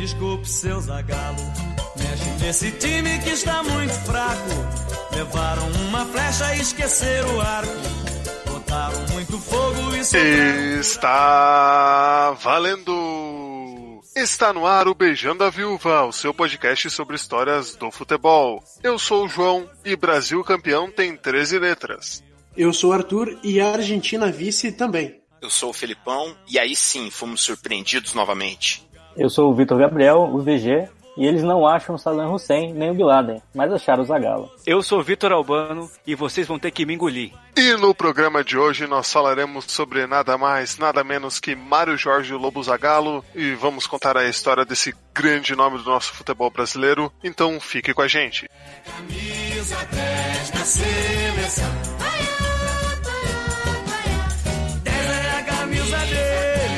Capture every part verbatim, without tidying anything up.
desculpe, seu Zagallo. Mexe nesse time que está muito fraco. Levaram uma flecha e esqueceram o arco. Botaram muito fogo e sobraram... Está valendo! Está no ar o Beijando a Viúva, o seu podcast sobre histórias do futebol. Eu sou o João e Brasil campeão tem treze letras. Eu sou o Arthur e a Argentina vice também. Eu sou o Felipão e aí sim fomos surpreendidos novamente. Eu sou o Vitor Gabriel, o V G, e eles não acham o Saddam Hussein nem o Bin Laden, mas acharam o Zagallo. Eu sou o Vitor Albano e vocês vão ter que me engolir. E no programa de hoje nós falaremos sobre nada mais, nada menos que Mário Jorge Lobo Zagallo e vamos contar a história desse grande nome do nosso futebol brasileiro, então fique com a gente. Camisa dez na seleção. dez é a camisa dele.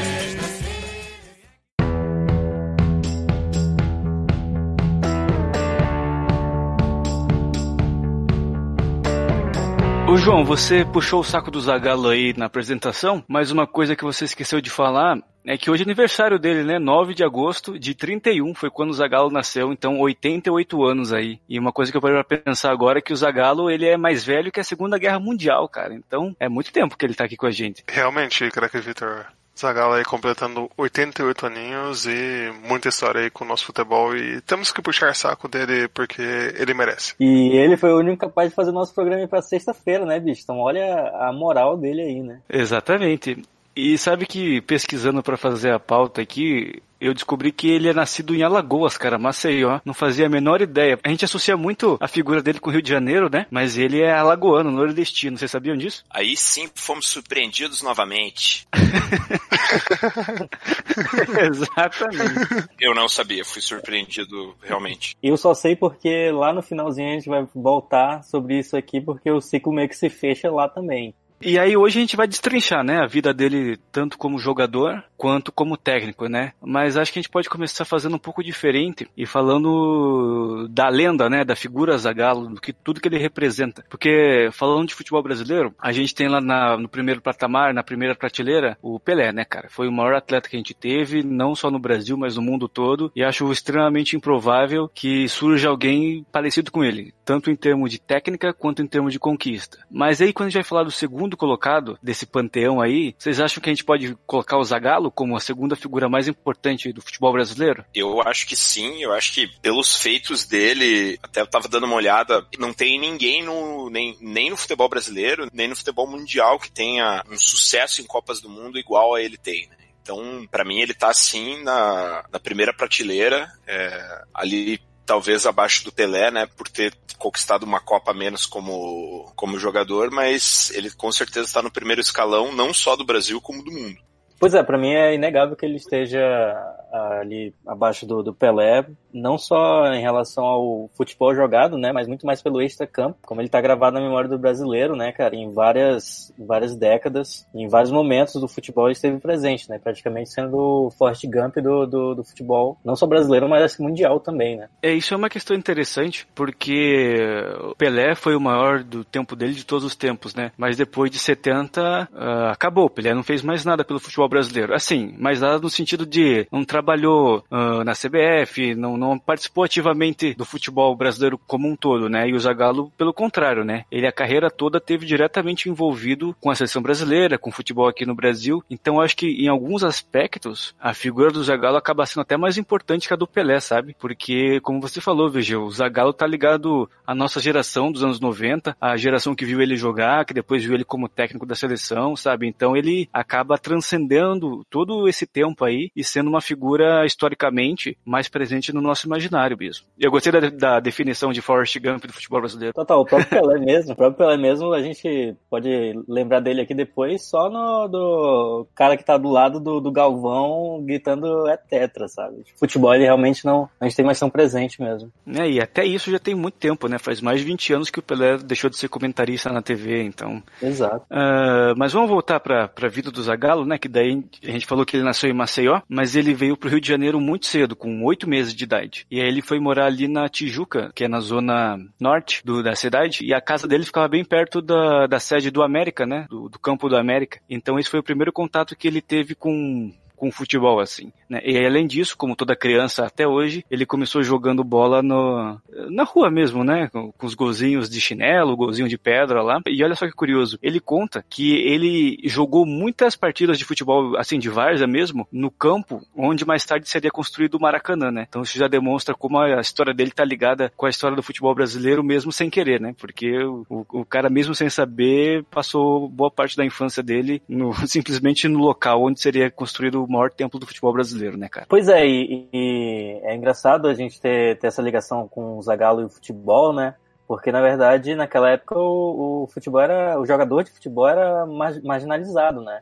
Ô João, você puxou o saco do Zagallo aí na apresentação, mas uma coisa que você esqueceu de falar é que hoje é aniversário dele, né? nove de agosto de trinta e um foi quando o Zagallo nasceu, então oitenta e oito anos aí. E uma coisa que eu parei pra pensar agora é que o Zagallo, ele é mais velho que a Segunda Guerra Mundial, cara. Então é muito tempo que ele tá aqui com a gente. Realmente, craque Vitor. Zagallo aí completando oitenta e oito aninhos e muita história aí com o nosso futebol e temos que puxar saco dele porque ele merece. E ele foi o único capaz de fazer o nosso programa pra sexta-feira, né, bicho? Então olha a moral dele aí, né? Exatamente. E sabe que pesquisando pra fazer a pauta aqui, eu descobri que ele é nascido em Alagoas, cara, Maceió. Não fazia a menor ideia. A gente associa muito a figura dele com o Rio de Janeiro, né? Mas ele é alagoano, nordestino. Vocês sabiam disso? Aí sim fomos surpreendidos novamente. Exatamente. Eu não sabia, fui surpreendido realmente. Eu só sei porque lá no finalzinho a gente vai voltar sobre isso aqui, porque o ciclo meio que se fecha lá também. E aí hoje a gente vai destrinchar, né, a vida dele tanto como jogador quanto como técnico, né? Mas acho que a gente pode começar fazendo um pouco diferente e falando da lenda, né, da figura Zagallo, do que tudo que ele representa. Porque falando de futebol brasileiro, a gente tem lá na, no primeiro patamar, na primeira prateleira, o Pelé, né, cara? Foi o maior atleta que a gente teve, não só no Brasil, mas no mundo todo. E acho extremamente improvável que surja alguém parecido com ele, tanto em termos de técnica quanto em termos de conquista. Mas aí quando a gente vai falar do segundo colocado desse panteão aí, vocês acham que a gente pode colocar o Zagallo como a segunda figura mais importante do futebol brasileiro? Eu acho que sim, eu acho que pelos feitos dele, até eu tava dando uma olhada, não tem ninguém no, nem, nem no futebol brasileiro, nem no futebol mundial que tenha um sucesso em Copas do Mundo igual a ele tem, né? Então, pra mim, ele tá sim na, na primeira prateleira, é, ali talvez abaixo do Pelé, né, por ter conquistado uma Copa a menos como, como jogador, mas ele com certeza está no primeiro escalão, não só do Brasil, como do mundo. Pois é, pra mim é inegável que ele esteja ali abaixo do, do Pelé, não só em relação ao futebol jogado, né, mas muito mais pelo extra-campo, como ele tá gravado na memória do brasileiro, né, cara, em várias, várias décadas, em vários momentos do futebol ele esteve presente, né, praticamente sendo o Forrest Gump do, do, do futebol, não só brasileiro, mas mundial também, né. É, isso é uma questão interessante, porque o Pelé foi o maior do tempo dele de todos os tempos, né, mas depois de setenta, uh, acabou, o Pelé não fez mais nada pelo futebol brasileiro, assim, mas nada no sentido de não trabalhou uh, na C B F, não, não participou ativamente do futebol brasileiro como um todo, né, e o Zagallo pelo contrário, né, ele a carreira toda teve diretamente envolvido com a seleção brasileira, com o futebol aqui no Brasil, então acho que em alguns aspectos a figura do Zagallo acaba sendo até mais importante que a do Pelé, sabe, porque como você falou, Vigil, o Zagallo tá ligado à nossa geração dos anos noventa, a geração que viu ele jogar, que depois viu ele como técnico da seleção, sabe, então ele acaba transcendendo todo esse tempo aí e sendo uma figura historicamente mais presente no nosso imaginário mesmo. Eu gostei da, da definição de Forrest Gump do futebol brasileiro. Total, o próprio Pelé mesmo, o próprio Pelé mesmo, a gente pode lembrar dele aqui depois só no do cara que tá do lado do, do Galvão gritando é tetra, sabe? Futebol ele realmente não, a gente tem mais tão presente mesmo. É, e até isso já tem muito tempo, né? Faz mais de vinte anos que o Pelé deixou de ser comentarista na T V, então... Exato. Uh, mas vamos voltar pra, pra vida do Zagallo, né? Que daí a gente falou que ele nasceu em Maceió, mas ele veio pro Rio de Janeiro muito cedo, com oito meses de idade. E aí ele foi morar ali na Tijuca, que é na zona norte do, da cidade, e a casa dele ficava bem perto da, da sede do América, né? Do, do campo do América. Então esse foi o primeiro contato que ele teve com com futebol, assim, né? E além disso, como toda criança até hoje, ele começou jogando bola no, na rua mesmo, né? Com, com os golzinhos de chinelo, golzinho de pedra lá. E olha só que curioso, ele conta que ele jogou muitas partidas de futebol, assim, de várzea mesmo, no campo onde mais tarde seria construído o Maracanã, né? Então isso já demonstra como a história dele tá ligada com a história do futebol brasileiro mesmo sem querer, né? Porque o, o cara mesmo sem saber passou boa parte da infância dele no, simplesmente no local onde seria construído o maior templo do futebol brasileiro, né, cara? Pois é, e, e é engraçado a gente ter, ter essa ligação com o Zagallo e o futebol, né? Porque, na verdade, naquela época o, o futebol era, o jogador de futebol era mar, marginalizado, né?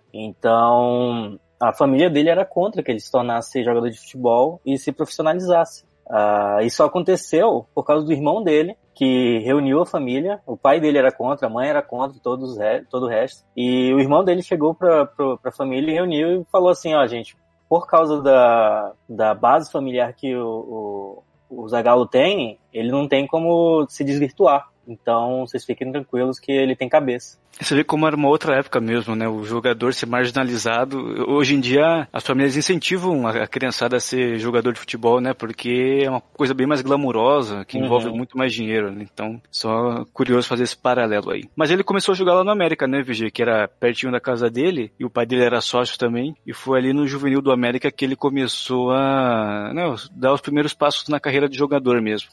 Então, a família dele era contra que ele se tornasse jogador de futebol e se profissionalizasse. Uh, isso aconteceu por causa do irmão dele, que reuniu a família. O pai dele era contra, a mãe era contra, todos, todo o resto. E o irmão dele chegou pra, pra, pra família e reuniu e falou assim, ó, gente, por causa da, da base familiar que o, o, o Zagallo tem, ele não tem como se desvirtuar. Então, vocês fiquem tranquilos que ele tem cabeça. Você vê como era uma outra época mesmo, né? O jogador ser marginalizado. Hoje em dia, as famílias incentivam a criançada a ser jogador de futebol, né? Porque é uma coisa bem mais glamurosa, que envolve uhum. muito mais dinheiro, né? Então, só curioso fazer esse paralelo aí. Mas ele começou a jogar lá no América, né, V G? Que era pertinho da casa dele, e o pai dele era sócio também. E foi ali no Juvenil do América que ele começou a não, dar os primeiros passos na carreira de jogador mesmo.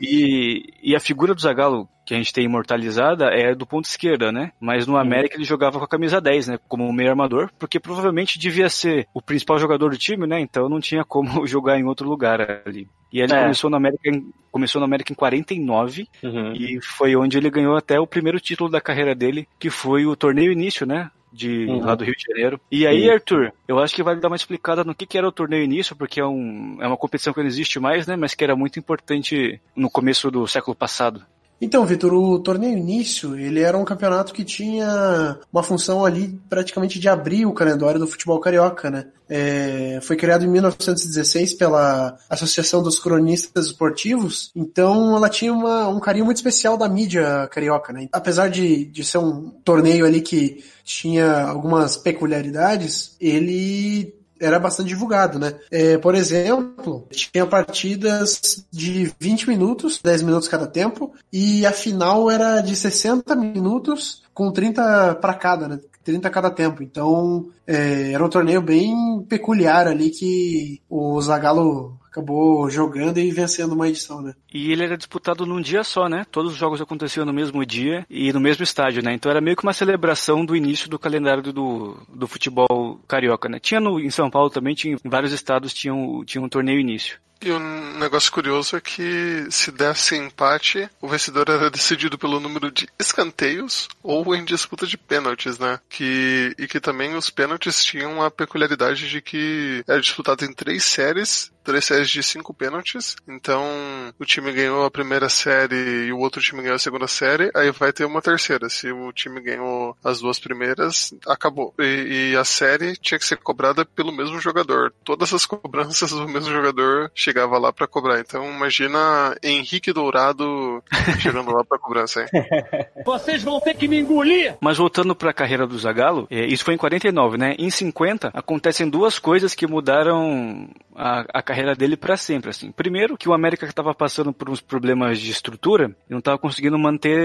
E, e a figura do Zagallo que a gente tem imortalizada é do ponto esquerda, né? Mas no América ele jogava com a camisa dez, né? Como meio armador, porque provavelmente devia ser o principal jogador do time, né? Então não tinha como jogar em outro lugar ali. E ele é. começou no América em, começou no América em quarenta e nove, uhum. e foi onde ele ganhou até o primeiro título da carreira dele, que foi o torneio início, né? De, uhum. lá do Rio de Janeiro. E aí, uhum. Arthur, eu acho que vale dar uma explicada no que, que era o torneio início, porque é, um, é uma competição que não existe mais, né? Mas que era muito importante no começo do século passado. Então, Vitor, o torneio início, ele era um campeonato que tinha uma função ali praticamente de abrir o calendário do futebol carioca, né? É, foi criado em mil novecentos e dezesseis pela Associação dos Cronistas Esportivos, então ela tinha uma, um carinho muito especial da mídia carioca, né? Apesar de, de ser um torneio ali que tinha algumas peculiaridades, ele era bastante divulgado, né? É, por exemplo, tinha partidas de vinte minutos, dez minutos cada tempo, e a final era de sessenta minutos com trinta para cada, né? trinta a cada tempo. Então, é, era um torneio bem peculiar ali que o Zagallo acabou jogando e vencendo uma edição, né? E ele era disputado num dia só, né? Todos os jogos aconteciam no mesmo dia e no mesmo estádio, né? Então era meio que uma celebração do início do calendário do, do futebol carioca, né? Tinha no, em São Paulo também, tinha, em vários estados tinham, tinha um torneio início. E um negócio curioso é que se desse empate, o vencedor era decidido pelo número de escanteios ou em disputa de pênaltis, né? Que, e que também os pênaltis tinham a peculiaridade de que era disputado em três séries, três séries de cinco pênaltis. Então, o time ganhou a primeira série e o outro time ganhou a segunda série, aí vai ter uma terceira. Se o time ganhou as duas primeiras, acabou. E, e a série tinha que ser cobrada pelo mesmo jogador. Todas as cobranças do mesmo jogador chegava lá pra cobrar. Então imagina Henrique Dourado chegando lá pra cobrança, hein? Vocês vão ter que me engolir! Mas voltando pra carreira do Zagallo, é, isso foi em quarenta e nove, né? Em cinquenta, acontecem duas coisas que mudaram a, a carreira dele pra sempre, assim. Primeiro, que o América estava passando por uns problemas de estrutura e não estava conseguindo manter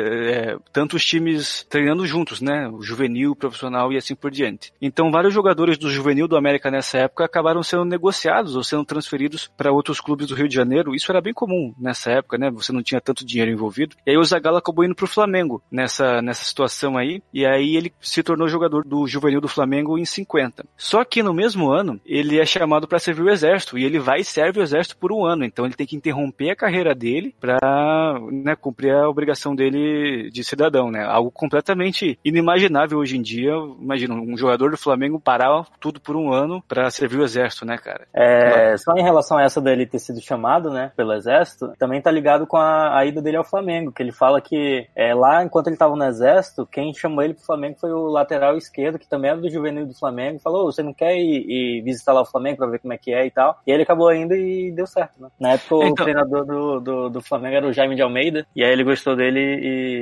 é, tantos times treinando juntos, né? O juvenil, o profissional e assim por diante. Então vários jogadores do juvenil do América nessa época acabaram sendo negociados ou sendo transferidos para outros clubes do Rio de Janeiro. Isso era bem comum nessa época, né? Você não tinha tanto dinheiro envolvido. E aí o Zagallo acabou indo pro Flamengo nessa, nessa situação aí. E aí ele se tornou jogador do juvenil do Flamengo em cinquenta. Só que no mesmo ano, ele é chamado para servir o exército. E ele vai e serve o exército por um ano. Então ele tem que interromper a carreira dele para, né, cumprir a obrigação dele de cidadão, né? Algo completamente inimaginável hoje em dia. Imagina, um jogador do Flamengo parar tudo por um ano para servir o exército, né, cara? É, só em relação a essa dele ter sido chamado, né, pelo exército, também tá ligado com a, a ida dele ao Flamengo, que ele fala que é, lá, enquanto ele tava no exército, quem chamou ele pro Flamengo foi o lateral esquerdo, que também era do juvenil do Flamengo, falou, oh, você não quer ir, ir visitar lá o Flamengo pra ver como é que é e tal, e ele acabou indo e deu certo, né. Na época então, o treinador do, do, do Flamengo era o Jaime de Almeida, e aí ele gostou dele e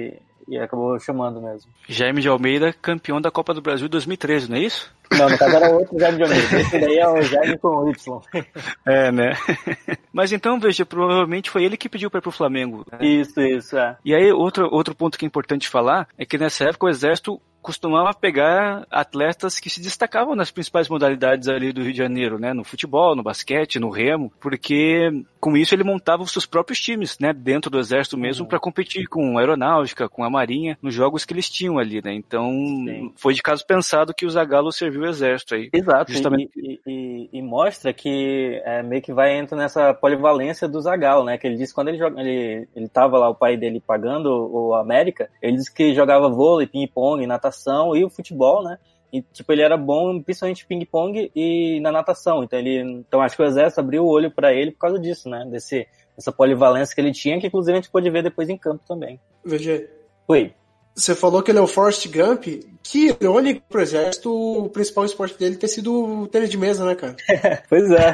e acabou chamando mesmo. Jaime de Almeida, campeão da Copa do Brasil dois mil e treze, não é isso? Não, no caso era outro Jaime de Almeida. Esse daí é o Jaime com Y. É, né? Mas então, veja, provavelmente foi ele que pediu para ir pro Flamengo. Né? Isso, isso, é. E aí, outro, outro ponto que é importante falar é que nessa época o Exército costumava pegar atletas que se destacavam nas principais modalidades ali do Rio de Janeiro, né? No futebol, no basquete, no remo, porque com isso ele montava os seus próprios times, né? Dentro do Exército mesmo, uhum. para competir com a Aeronáutica, com a Marinha, nos jogos que eles tinham ali, né? Então, Sim. foi de caso pensado que o Zagallo serviu o Exército aí. Exato, justamente... e, e, e, e mostra que é, meio que vai entrar nessa polivalência do Zagallo, né? Que ele disse que quando ele, joga, ele, ele tava lá, o pai dele pagando o, o América, ele disse que jogava vôlei, ping-pong, natação, e o futebol, né? E, tipo, ele era bom principalmente ping-pong e na natação. Então, ele, então acho que o Exército abriu o olho pra ele por causa disso, né? Desse, dessa polivalência que ele tinha, que inclusive a gente pôde ver depois em campo também. V G. Oi. Você falou que ele é o Forrest Gump. Que irônico pro Exército o principal esporte dele ter sido o tênis de mesa, né, cara? Pois é.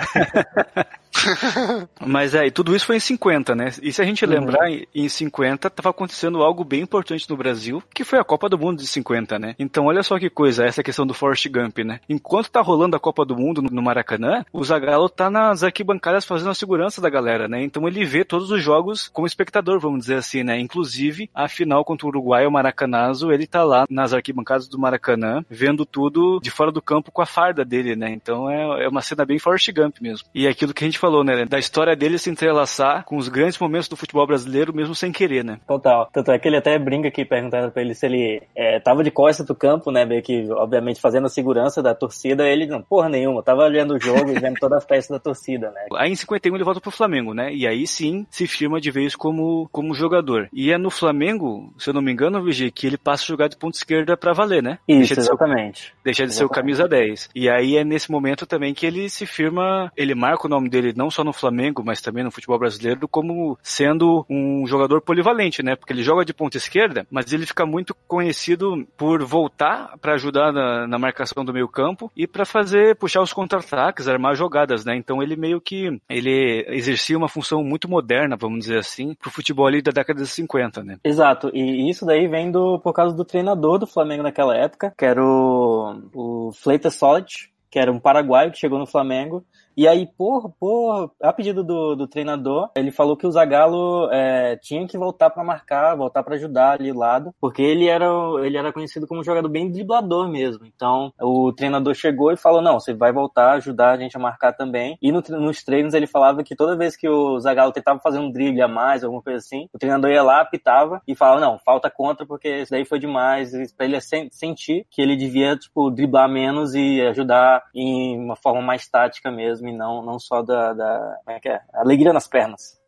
Mas é, e tudo isso foi em cinquenta, né? E se a gente uhum. lembrar, em cinquenta estava acontecendo algo bem importante no Brasil, que foi a Copa do Mundo de cinquenta, né? Então olha só que coisa, essa questão do Forrest Gump, né? Enquanto tá rolando a Copa do Mundo no Maracanã, o Zagallo tá nas arquibancadas fazendo a segurança da galera, né? Então ele vê todos os jogos como espectador, vamos dizer assim, né? Inclusive, a final contra o Uruguai, o Maracanazo, ele tá lá nas arquibancadas do Maracanã, vendo tudo de fora do campo com a farda dele, né? Então é, é uma cena bem Forrest Gump mesmo. E é aquilo que a gente falou, né? Da história dele se entrelaçar com os grandes momentos do futebol brasileiro, mesmo sem querer, né? Total. Tanto é que ele até brinca aqui, perguntando pra ele se ele é, tava de costas do campo, né? Meio que, obviamente, fazendo a segurança da torcida. Ele, não, porra nenhuma, tava olhando o jogo e vendo toda a festa da torcida, né? Aí em cinquenta e um ele volta pro Flamengo, né? E aí sim se firma de vez como, como jogador. E é no Flamengo, se eu não me engano, V G, que ele passa a jogar de ponta esquerda pra valer, né? Isso, deixa de exatamente. Ser, deixa de exatamente. ser o camisa dez. E aí é nesse momento também que ele se firma, ele marca o nome dele não só no Flamengo, mas também no futebol brasileiro, como sendo um jogador polivalente, né? Porque ele joga de ponta esquerda, mas ele fica muito conhecido por voltar para ajudar na, na marcação do meio campo e para fazer, puxar os contra-ataques, armar jogadas, né? Então ele meio que, ele exercia uma função muito moderna, vamos dizer assim, pro futebol ali da década de cinquenta, né? Exato, e isso daí vem do, por causa do treinador do Flamengo naquela época, que era o, o Fleitas Solich, que era um paraguaio que chegou no Flamengo. E aí, por, por, a pedido do, do treinador, ele falou que o Zagallo é, tinha que voltar pra marcar, voltar pra ajudar ali o lado, porque ele era, ele era conhecido como um jogador bem driblador mesmo. Então, o treinador chegou e falou, não, você vai voltar a ajudar a gente a marcar também. E no, nos treinos ele falava que toda vez que o Zagallo tentava fazer um drible a mais, alguma coisa assim, o treinador ia lá, apitava e falava, não, falta contra porque isso daí foi demais, pra ele sentir que ele devia, tipo, driblar menos e ajudar em uma forma mais tática mesmo, e não, não só da, da como é que é? Alegria nas pernas.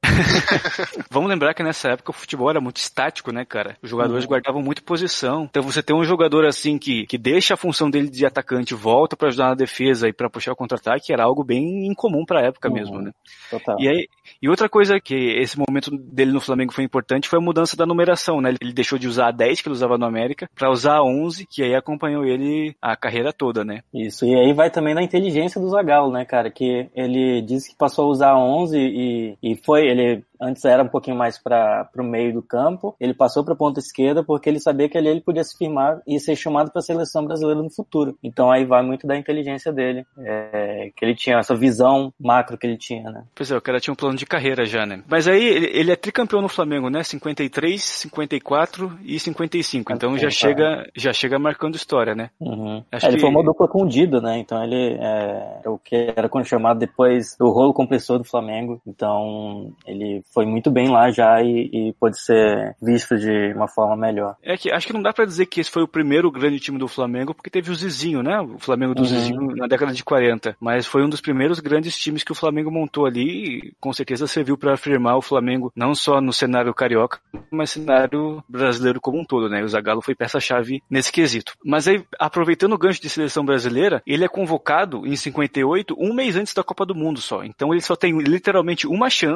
Vamos lembrar que nessa época o futebol era muito estático, né, cara? Os jogadores uhum. guardavam muito posição. Então você tem um jogador assim que, que deixa a função dele de atacante, volta pra ajudar na defesa e pra puxar o contra-ataque, era algo bem incomum pra época uhum. mesmo, né? Total. E aí, e outra coisa que esse momento dele no Flamengo foi importante foi a mudança da numeração, né? Ele deixou de usar a dez que ele usava no América pra usar a onze, que aí acompanhou ele a carreira toda, né? Isso, e aí vai também na inteligência do Zagallo, né, cara? Que ele disse que passou a usar a onze e, e foi, ele antes era um pouquinho mais para o meio do campo, ele passou para a ponta esquerda porque ele sabia que ali ele podia se firmar e ser chamado para a seleção brasileira no futuro. Então aí vai muito da inteligência dele, é, que ele tinha, essa visão macro que ele tinha, né? Pois é, o cara tinha um plano de carreira já, né? Mas aí ele, ele é tricampeão no Flamengo, né? cinquenta e três, cinquenta e quatro e cinquenta e cinco, então já chega, já chega marcando história, né? Uhum. É, ele que... formou dupla com o Dida, né? Então ele é, é o que era chamado depois do rolo compressor do Flamengo, então ele foi muito bem lá já e, e pode ser visto de uma forma melhor. É que acho que não dá pra dizer que esse foi o primeiro grande time do Flamengo, porque teve o Zizinho, né? O Flamengo do uhum. Zizinho na década de quarenta, mas foi um dos primeiros grandes times que o Flamengo montou ali e com certeza serviu pra afirmar o Flamengo não só no cenário carioca, mas no cenário brasileiro como um todo, né? O Zagallo foi peça-chave nesse quesito. Mas aí, aproveitando o gancho de seleção brasileira, ele é convocado em cinquenta e oito, um mês antes da Copa do Mundo só. Então ele só tem literalmente uma chance, que é um jogo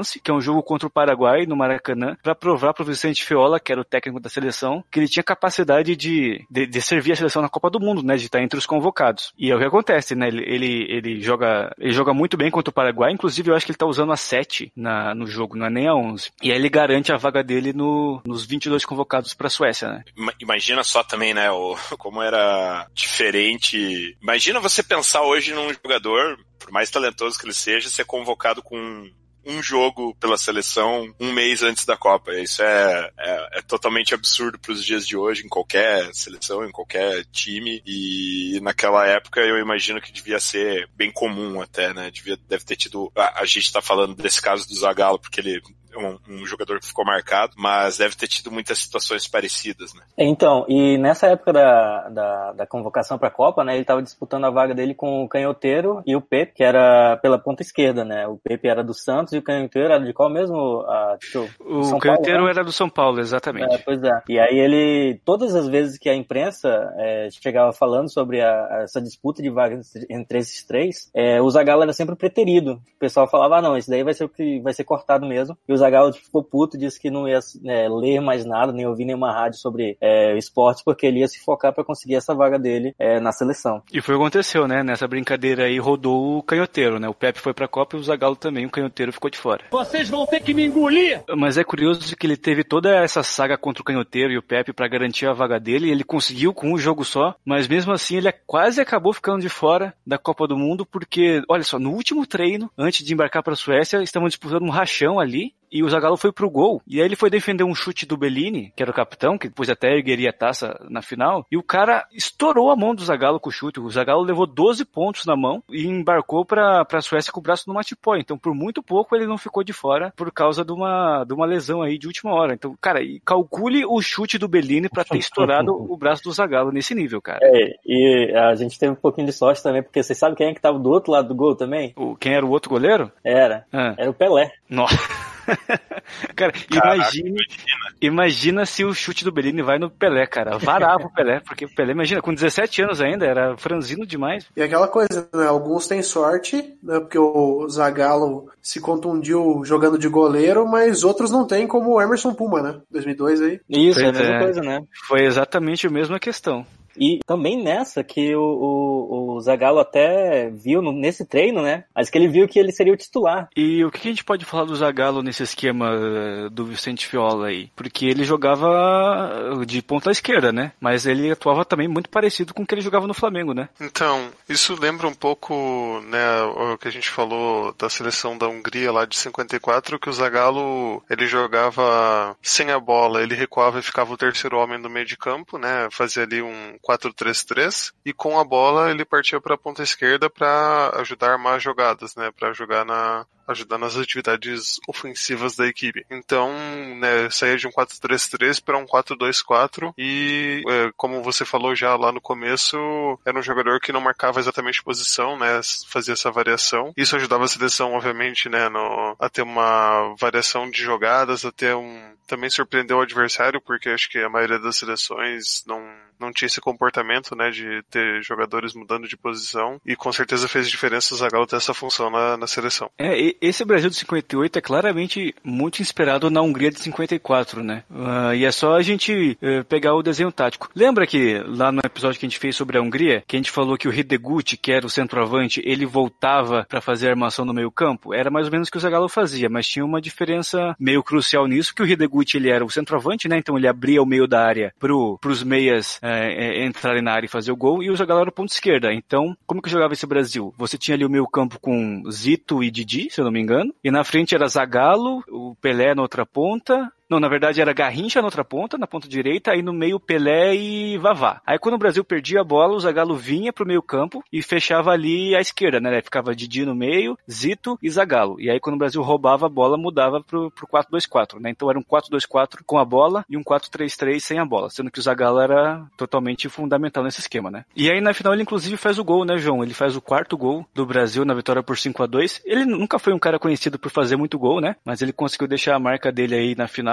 jogo contra o Paraguai, no Maracanã, para provar pro Vicente Feola, que era o técnico da seleção, que ele tinha capacidade de, de, de servir a seleção na Copa do Mundo, né, de estar entre os convocados. E é o que acontece, né, ele, ele, ele, joga, ele joga muito bem contra o Paraguai, inclusive eu acho que ele tá usando a sete na, no jogo, não é nem a onze. E aí ele garante a vaga dele no, nos vinte e dois convocados pra Suécia, né. Imagina só também, né, o, como era diferente. Imagina você pensar hoje num jogador, por mais talentoso que ele seja, ser convocado com um jogo pela seleção um mês antes da Copa. Isso é, é, é totalmente absurdo para os dias de hoje, em qualquer seleção, em qualquer time, e naquela época eu imagino que devia ser bem comum até, né? Devia, deve ter tido... A, a gente tá falando desse caso do Zagallo, porque ele... Um, um jogador que ficou marcado, mas deve ter tido muitas situações parecidas, né? Então, e nessa época da, da, da convocação para a Copa, né, ele estava disputando a vaga dele com o Canhoteiro e o Pepe, que era pela ponta esquerda, né? O Pepe era do Santos e o Canhoteiro era de qual mesmo? A, tipo, o São Canhoteiro Paulo, né? Era do São Paulo, exatamente. É, pois é. E aí ele, todas as vezes que a imprensa é, chegava falando sobre a, essa disputa de vagas entre esses três, é, o Zagallo era sempre preterido. O pessoal falava, ah, não, esse daí vai ser o que vai ser cortado mesmo. E o Zagallo ficou puto, disse que não ia é, ler mais nada, nem ouvir nenhuma rádio sobre é, esportes, porque ele ia se focar para conseguir essa vaga dele é, na seleção. E foi o que aconteceu, né? Nessa brincadeira aí rodou o Canhoteiro, né? O Pepe foi pra Copa e o Zagallo também, o Canhoteiro ficou de fora. Vocês vão ter que me engolir! Mas é curioso que ele teve toda essa saga contra o Canhoteiro e o Pepe pra garantir a vaga dele, e ele conseguiu com um jogo só, mas mesmo assim ele quase acabou ficando de fora da Copa do Mundo, porque, olha só, no último treino, antes de embarcar pra Suécia, estavam disputando um rachão ali, e o Zagallo foi pro gol, e aí ele foi defender um chute do Bellini, que era o capitão, que depois até ergueria a taça na final, e o cara estourou a mão do Zagallo com o chute. O Zagallo levou doze pontos na mão e embarcou pra, pra Suécia com o braço no match-point. Então, por muito pouco, ele não ficou de fora por causa de uma, de uma lesão aí de última hora. Então, cara, calcule o chute do Bellini pra ter estourado o braço do Zagallo nesse nível, cara. É, e a gente teve um pouquinho de sorte também, porque você sabe quem é que tava do outro lado do gol também? O, quem era o outro goleiro? Era. Ah. Era o Pelé. Nossa. Cara, Caraca, imagine, imagina. imagina se o chute do Bellini vai no Pelé, cara. Varava o Pelé, porque o Pelé, imagina, com dezessete anos ainda, era franzino demais. E aquela coisa, né? Alguns têm sorte, né? Porque o Zagallo se contundiu jogando de goleiro, mas outros não têm, como o Emerson Puma, né? dois mil e dois aí. Isso, é a mesma coisa, né? Foi exatamente a mesma questão. E também nessa que o, o, o Zagallo até viu no, nesse treino, né? Mas que ele viu que ele seria o titular. E o que a gente pode falar do Zagallo nesse esquema do Vicente Feola aí? Porque ele jogava de ponta esquerda, né? Mas ele atuava também muito parecido com o que ele jogava no Flamengo, né? Então, isso lembra um pouco, né, o que a gente falou da seleção da Hungria lá de cinquenta e quatro, que o Zagallo, ele jogava sem a bola, ele recuava e ficava o terceiro homem no meio de campo, né? Fazia ali um quatro três três, e com a bola ele partia para a ponta esquerda para ajudar a armar jogadas, né, para jogar na ajudar nas atividades ofensivas da equipe. Então, né, saía de um quatro três três para um quatro dois quatro e, é, como você falou já lá no começo, era um jogador que não marcava exatamente posição, né, fazia essa variação. Isso ajudava a seleção, obviamente, né, no, a ter uma variação de jogadas, a ter um... Também surpreendeu o adversário, porque acho que a maioria das seleções não, não tinha esse comportamento, né, de ter jogadores mudando de posição, e com certeza fez diferença o Zagallo ter essa função na, na seleção. É, e esse Brasil de cinquenta e oito é claramente muito inspirado na Hungria de cinquenta e quatro, né? Uh, e é só a gente uh, pegar o desenho tático. Lembra que lá no episódio que a gente fez sobre a Hungria, que a gente falou que o Hidegkuti, que era o centroavante, ele voltava para fazer a armação no meio campo? Era mais ou menos o que o Zagallo fazia, mas tinha uma diferença meio crucial nisso, que o Hidegkuti, ele era o centroavante, né? Então ele abria o meio da área pro, pros meias é, é, entrarem na área e fazer o gol, e o Zagallo era o ponto esquerda. Então, como que jogava esse Brasil? Você tinha ali o meio campo com Zito e Didi, se eu não me engano, e na frente era Zagallo, o Pelé na outra ponta. Não, na verdade era Garrincha na outra ponta, na ponta direita, aí no meio Pelé e Vavá. Aí quando o Brasil perdia a bola, o Zagallo vinha pro meio campo e fechava ali à esquerda, né? Ficava Didi no meio, Zito e Zagallo. E aí quando o Brasil roubava a bola, mudava pro, pro quatro dois quatro, né? Então era um quatro dois quatro com a bola e um quatro três três sem a bola, sendo que o Zagallo era totalmente fundamental nesse esquema, né? E aí na final ele inclusive faz o gol, né, João? Ele faz o quarto gol do Brasil na vitória por cinco a dois. Ele nunca foi um cara conhecido por fazer muito gol, né? Mas ele conseguiu deixar a marca dele aí na final.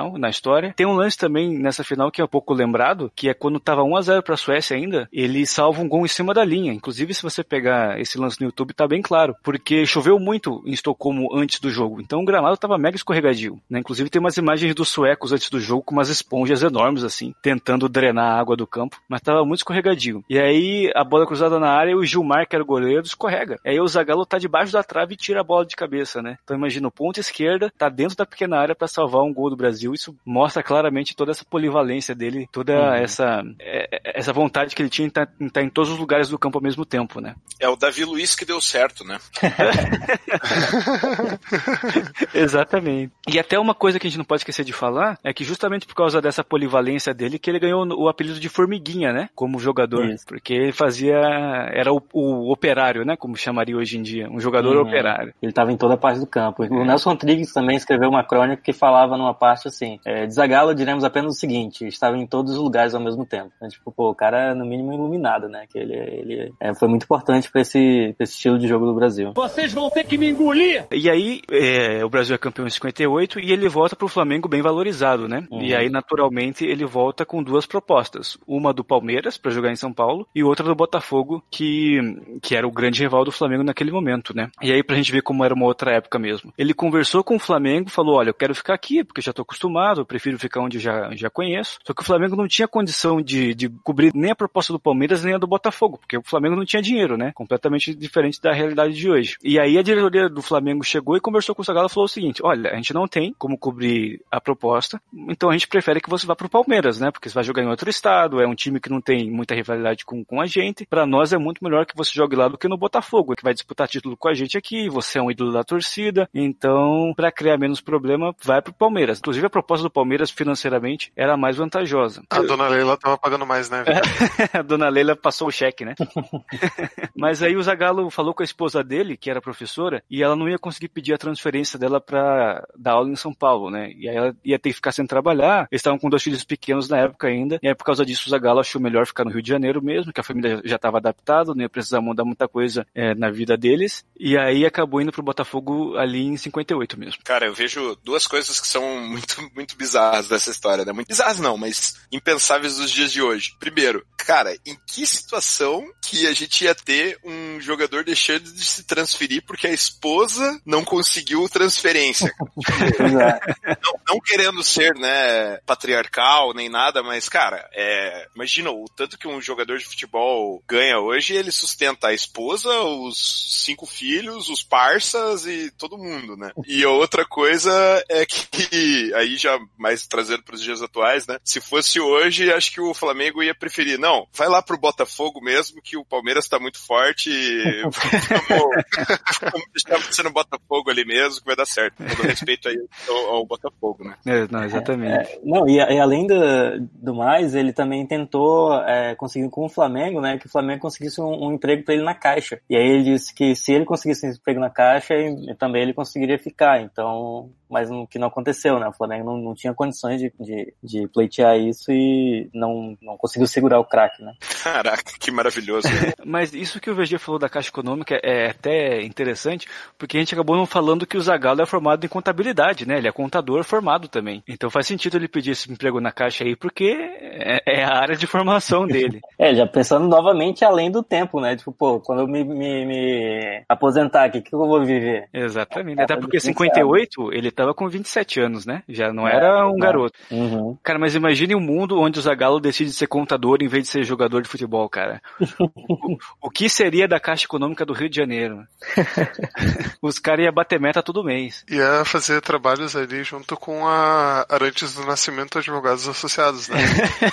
final, na história. Tem um lance também nessa final que é um pouco lembrado, que é quando tava um a zero pra Suécia ainda, ele salva um gol em cima da linha. Inclusive, se você pegar esse lance no YouTube, tá bem claro, porque choveu muito em Estocolmo antes do jogo, então o gramado tava mega escorregadio, né? Inclusive tem umas imagens dos suecos antes do jogo com umas esponjas enormes assim, tentando drenar a água do campo, mas tava muito escorregadio. E aí a bola cruzada na área e o Gilmar, que era o goleiro, escorrega. E aí o Zagallo tá debaixo da trave e tira a bola de cabeça, né? Então imagina, o ponta esquerda tá dentro da pequena área pra salvar um gol do Brasil. Isso mostra claramente toda essa polivalência dele, toda uhum. essa essa vontade que ele tinha em estar tá, tá em todos os lugares do campo ao mesmo tempo, né? É o Davi Luiz que deu certo, né? Exatamente. E até uma coisa que a gente não pode esquecer de falar é que justamente por causa dessa polivalência dele que ele ganhou o apelido de Formiguinha, né? Como jogador. Isso. Porque ele fazia... Era o, o operário, né? Como chamaria hoje em dia. Um jogador uhum. operário. Ele estava em toda parte do campo. O Nelson Rodrigues também escreveu uma crônica que falava numa parte assim, é, de Zagallo diremos apenas o seguinte, estava em todos os lugares ao mesmo tempo. Então, tipo, pô, o cara no mínimo iluminado, né? Que ele, ele é, foi muito importante para esse, pra esse estilo de jogo do Brasil. Vocês vão ter que me engolir! E aí, é, o Brasil é campeão em cinquenta e oito e ele volta pro Flamengo bem valorizado, né? Uhum. E aí, naturalmente, ele volta com duas propostas. Uma do Palmeiras, para jogar em São Paulo, e outra do Botafogo, que, que era o grande rival do Flamengo naquele momento, né? E aí, pra gente ver como era uma outra época mesmo. Ele conversou com o Flamengo, falou, olha, eu quero ficar aqui, porque já tô acostumado, eu prefiro ficar onde eu já, já conheço. Só que o Flamengo não tinha condição de, de cobrir nem a proposta do Palmeiras, nem a do Botafogo, porque o Flamengo não tinha dinheiro, né? Completamente diferente da realidade de hoje. E aí a diretoria do Flamengo chegou e conversou com o Zagallo e falou o seguinte, olha, a gente não tem como cobrir a proposta, então a gente prefere que você vá pro Palmeiras, né? Porque você vai jogar em outro estado, é um time que não tem muita rivalidade com, com a gente. Pra nós é muito melhor que você jogue lá do que no Botafogo, que vai disputar título com a gente aqui, você é um ídolo da torcida, então pra criar menos problema, vai pro Palmeiras. Inclusive a proposta do Palmeiras financeiramente era mais vantajosa. A dona Leila tava pagando mais, né? A dona Leila passou o cheque, né? Mas aí o Zagallo falou com a esposa dele, que era professora, e ela não ia conseguir pedir a transferência dela pra dar aula em São Paulo, né? E aí ela ia ter que ficar sem trabalhar, eles estavam com dois filhos pequenos na época ainda, e aí por causa disso o Zagallo achou melhor ficar no Rio de Janeiro mesmo, que a família já estava adaptada, não ia precisar mudar muita coisa é, na vida deles, e aí acabou indo pro Botafogo ali em cinquenta e oito mesmo. Cara, eu vejo duas coisas que são muito, muito bizarras dessa história, né? Muito bizarras não, mas impensáveis dos dias de hoje. Primeiro, cara, em que situação que a gente ia ter um jogador deixando de se transferir porque a esposa não conseguiu transferência? não, não querendo ser, né, patriarcal nem nada, mas, cara, é, imagina o tanto que um jogador de futebol ganha hoje, ele sustenta a esposa, os cinco filhos, os parças e todo mundo, né? E a outra coisa é que, aí já mais trazendo para os dias atuais, né? Se fosse hoje, acho que o Flamengo ia preferir, não, vai lá pro Botafogo mesmo, que o Palmeiras tá muito forte e vamos, vamos deixar você no Botafogo ali mesmo, que vai dar certo. Com todo respeito aí ao, ao Botafogo, né? É, não, exatamente. É, não, e, e além do, do mais, ele também tentou é, conseguir com o Flamengo, né, que o Flamengo conseguisse um, um emprego para ele na Caixa. E aí ele disse que se ele conseguisse um emprego na Caixa, também ele conseguiria ficar. Então, mas o que não aconteceu, né? O Flamengo não, não tinha condições de, de, de pleitear isso e não, não conseguiu segurar o craque, né? Caraca, que maravilhoso. Né? Mas isso que o V G falou da Caixa Econômica é até interessante, porque a gente acabou não falando que o Zagallo é formado em contabilidade, né? Ele é contador formado também. Então faz sentido ele pedir esse emprego na Caixa aí, porque é, é a área de formação dele. É, já pensando novamente além do tempo, né? Tipo, pô, quando eu me, me, me aposentar aqui, o que eu vou viver? Exatamente. Até porque em cinquenta e oito ele tava com vinte e sete anos, né? Já não era um garoto. Uhum. Cara, mas imagine um mundo onde o Zagallo decide ser contador em vez de ser jogador de futebol, cara. o, o que seria da Caixa Econômica do Rio de Janeiro? Os caras iam bater meta todo mês. Ia fazer trabalhos ali junto com a Arantes do Nascimento Advogados Associados, né?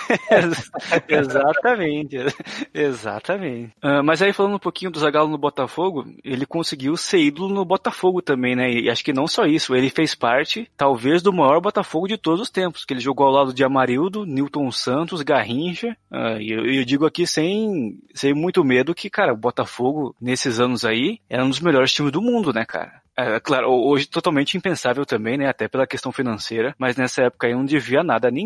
Exatamente. Exatamente. Uh, mas aí falando um pouquinho do Zagallo no Botafogo, ele conseguiu ser ídolo no Botafogo também, né? E acho que não só isso, ele fez parte, talvez, do maior Botafogo de todos os tempos, que ele jogou ao lado de Amarildo, Nilton Santos, Garrincha, uh, e eu, eu digo aqui sem, sem muito medo que, cara, o Botafogo, nesses anos aí, era um dos melhores times do mundo, né, cara? É, claro, hoje totalmente impensável também, né, até pela questão financeira, mas nessa época aí não devia nada a ninguém.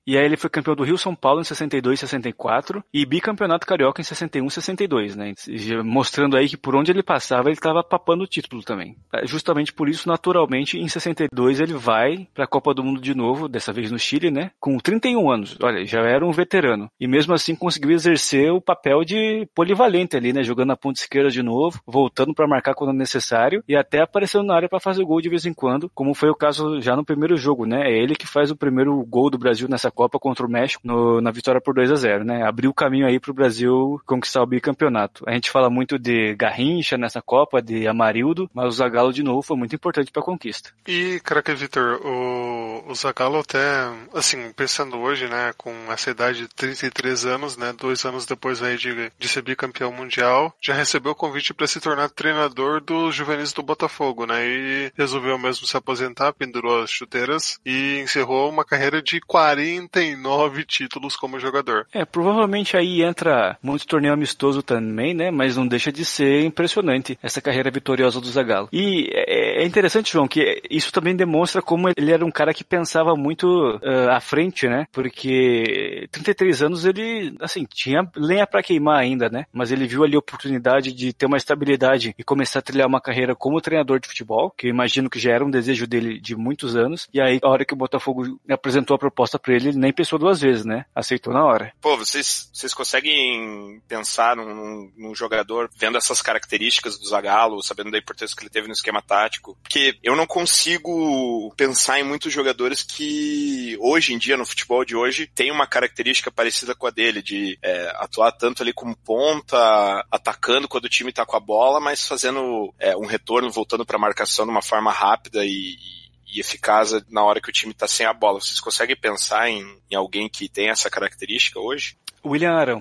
E aí ele foi campeão do Rio São Paulo em sessenta e dois, sessenta e quatro e bicampeonato carioca em sessenta e um, sessenta e dois, né? Mostrando aí que por onde ele passava ele estava papando o título também. Justamente por isso, naturalmente, em sessenta e dois ele vai para a Copa do Mundo de novo, dessa vez no Chile, né? Com trinta e um anos. Olha, já era um veterano. E mesmo assim conseguiu exercer o papel de polivalente ali, né? Jogando na ponta esquerda de novo, voltando para marcar quando necessário e até aparecendo na área para fazer gol de vez em quando, como foi o caso já no primeiro jogo, né? É ele que faz o primeiro gol do Brasil nessa Copa contra o México, no, na vitória por dois a zero, né? Abriu o caminho aí pro Brasil conquistar o bicampeonato. A gente fala muito de Garrincha nessa Copa, de Amarildo, mas o Zagallo de novo foi muito importante para a conquista. E, craque Vitor, o, o Zagallo até, assim, pensando hoje, né, com essa idade de trinta e três anos, né, dois anos depois aí de, de ser bicampeão mundial, já recebeu o convite para se tornar treinador dos juvenis do Botafogo, né, e resolveu mesmo se aposentar, pendurou as chuteiras e encerrou uma carreira de quarenta e nove títulos como jogador. É, provavelmente aí entra muito torneio amistoso também, né, mas não deixa de ser impressionante essa carreira vitoriosa do Zagallo. E é interessante, João, que isso também demonstra como ele era um cara que pensava muito uh, à frente, né, porque trinta e três anos ele, assim, tinha lenha pra queimar ainda, né, mas ele viu ali a oportunidade de ter uma estabilidade e começar a trilhar uma carreira como treinador de futebol, que eu imagino que já era um desejo dele de muitos anos, e aí a hora que o Botafogo apresentou a proposta pra ele, ele nem pensou duas vezes, né, aceitou na hora. Pô, vocês, vocês conseguem pensar num, num jogador vendo essas características do Zagallo, sabendo da importância que ele teve no esquema tático? Porque eu não consigo pensar em muitos jogadores que hoje em dia, no futebol de hoje, tem uma característica parecida com a dele, de é, atuar tanto ali como ponta, atacando quando o time tá com a bola, mas fazendo é, um retorno, voltando pra marcação de uma forma rápida e, e eficaz na hora que o time tá sem a bola. Vocês conseguem pensar em, em alguém que tem essa característica hoje? William Arão.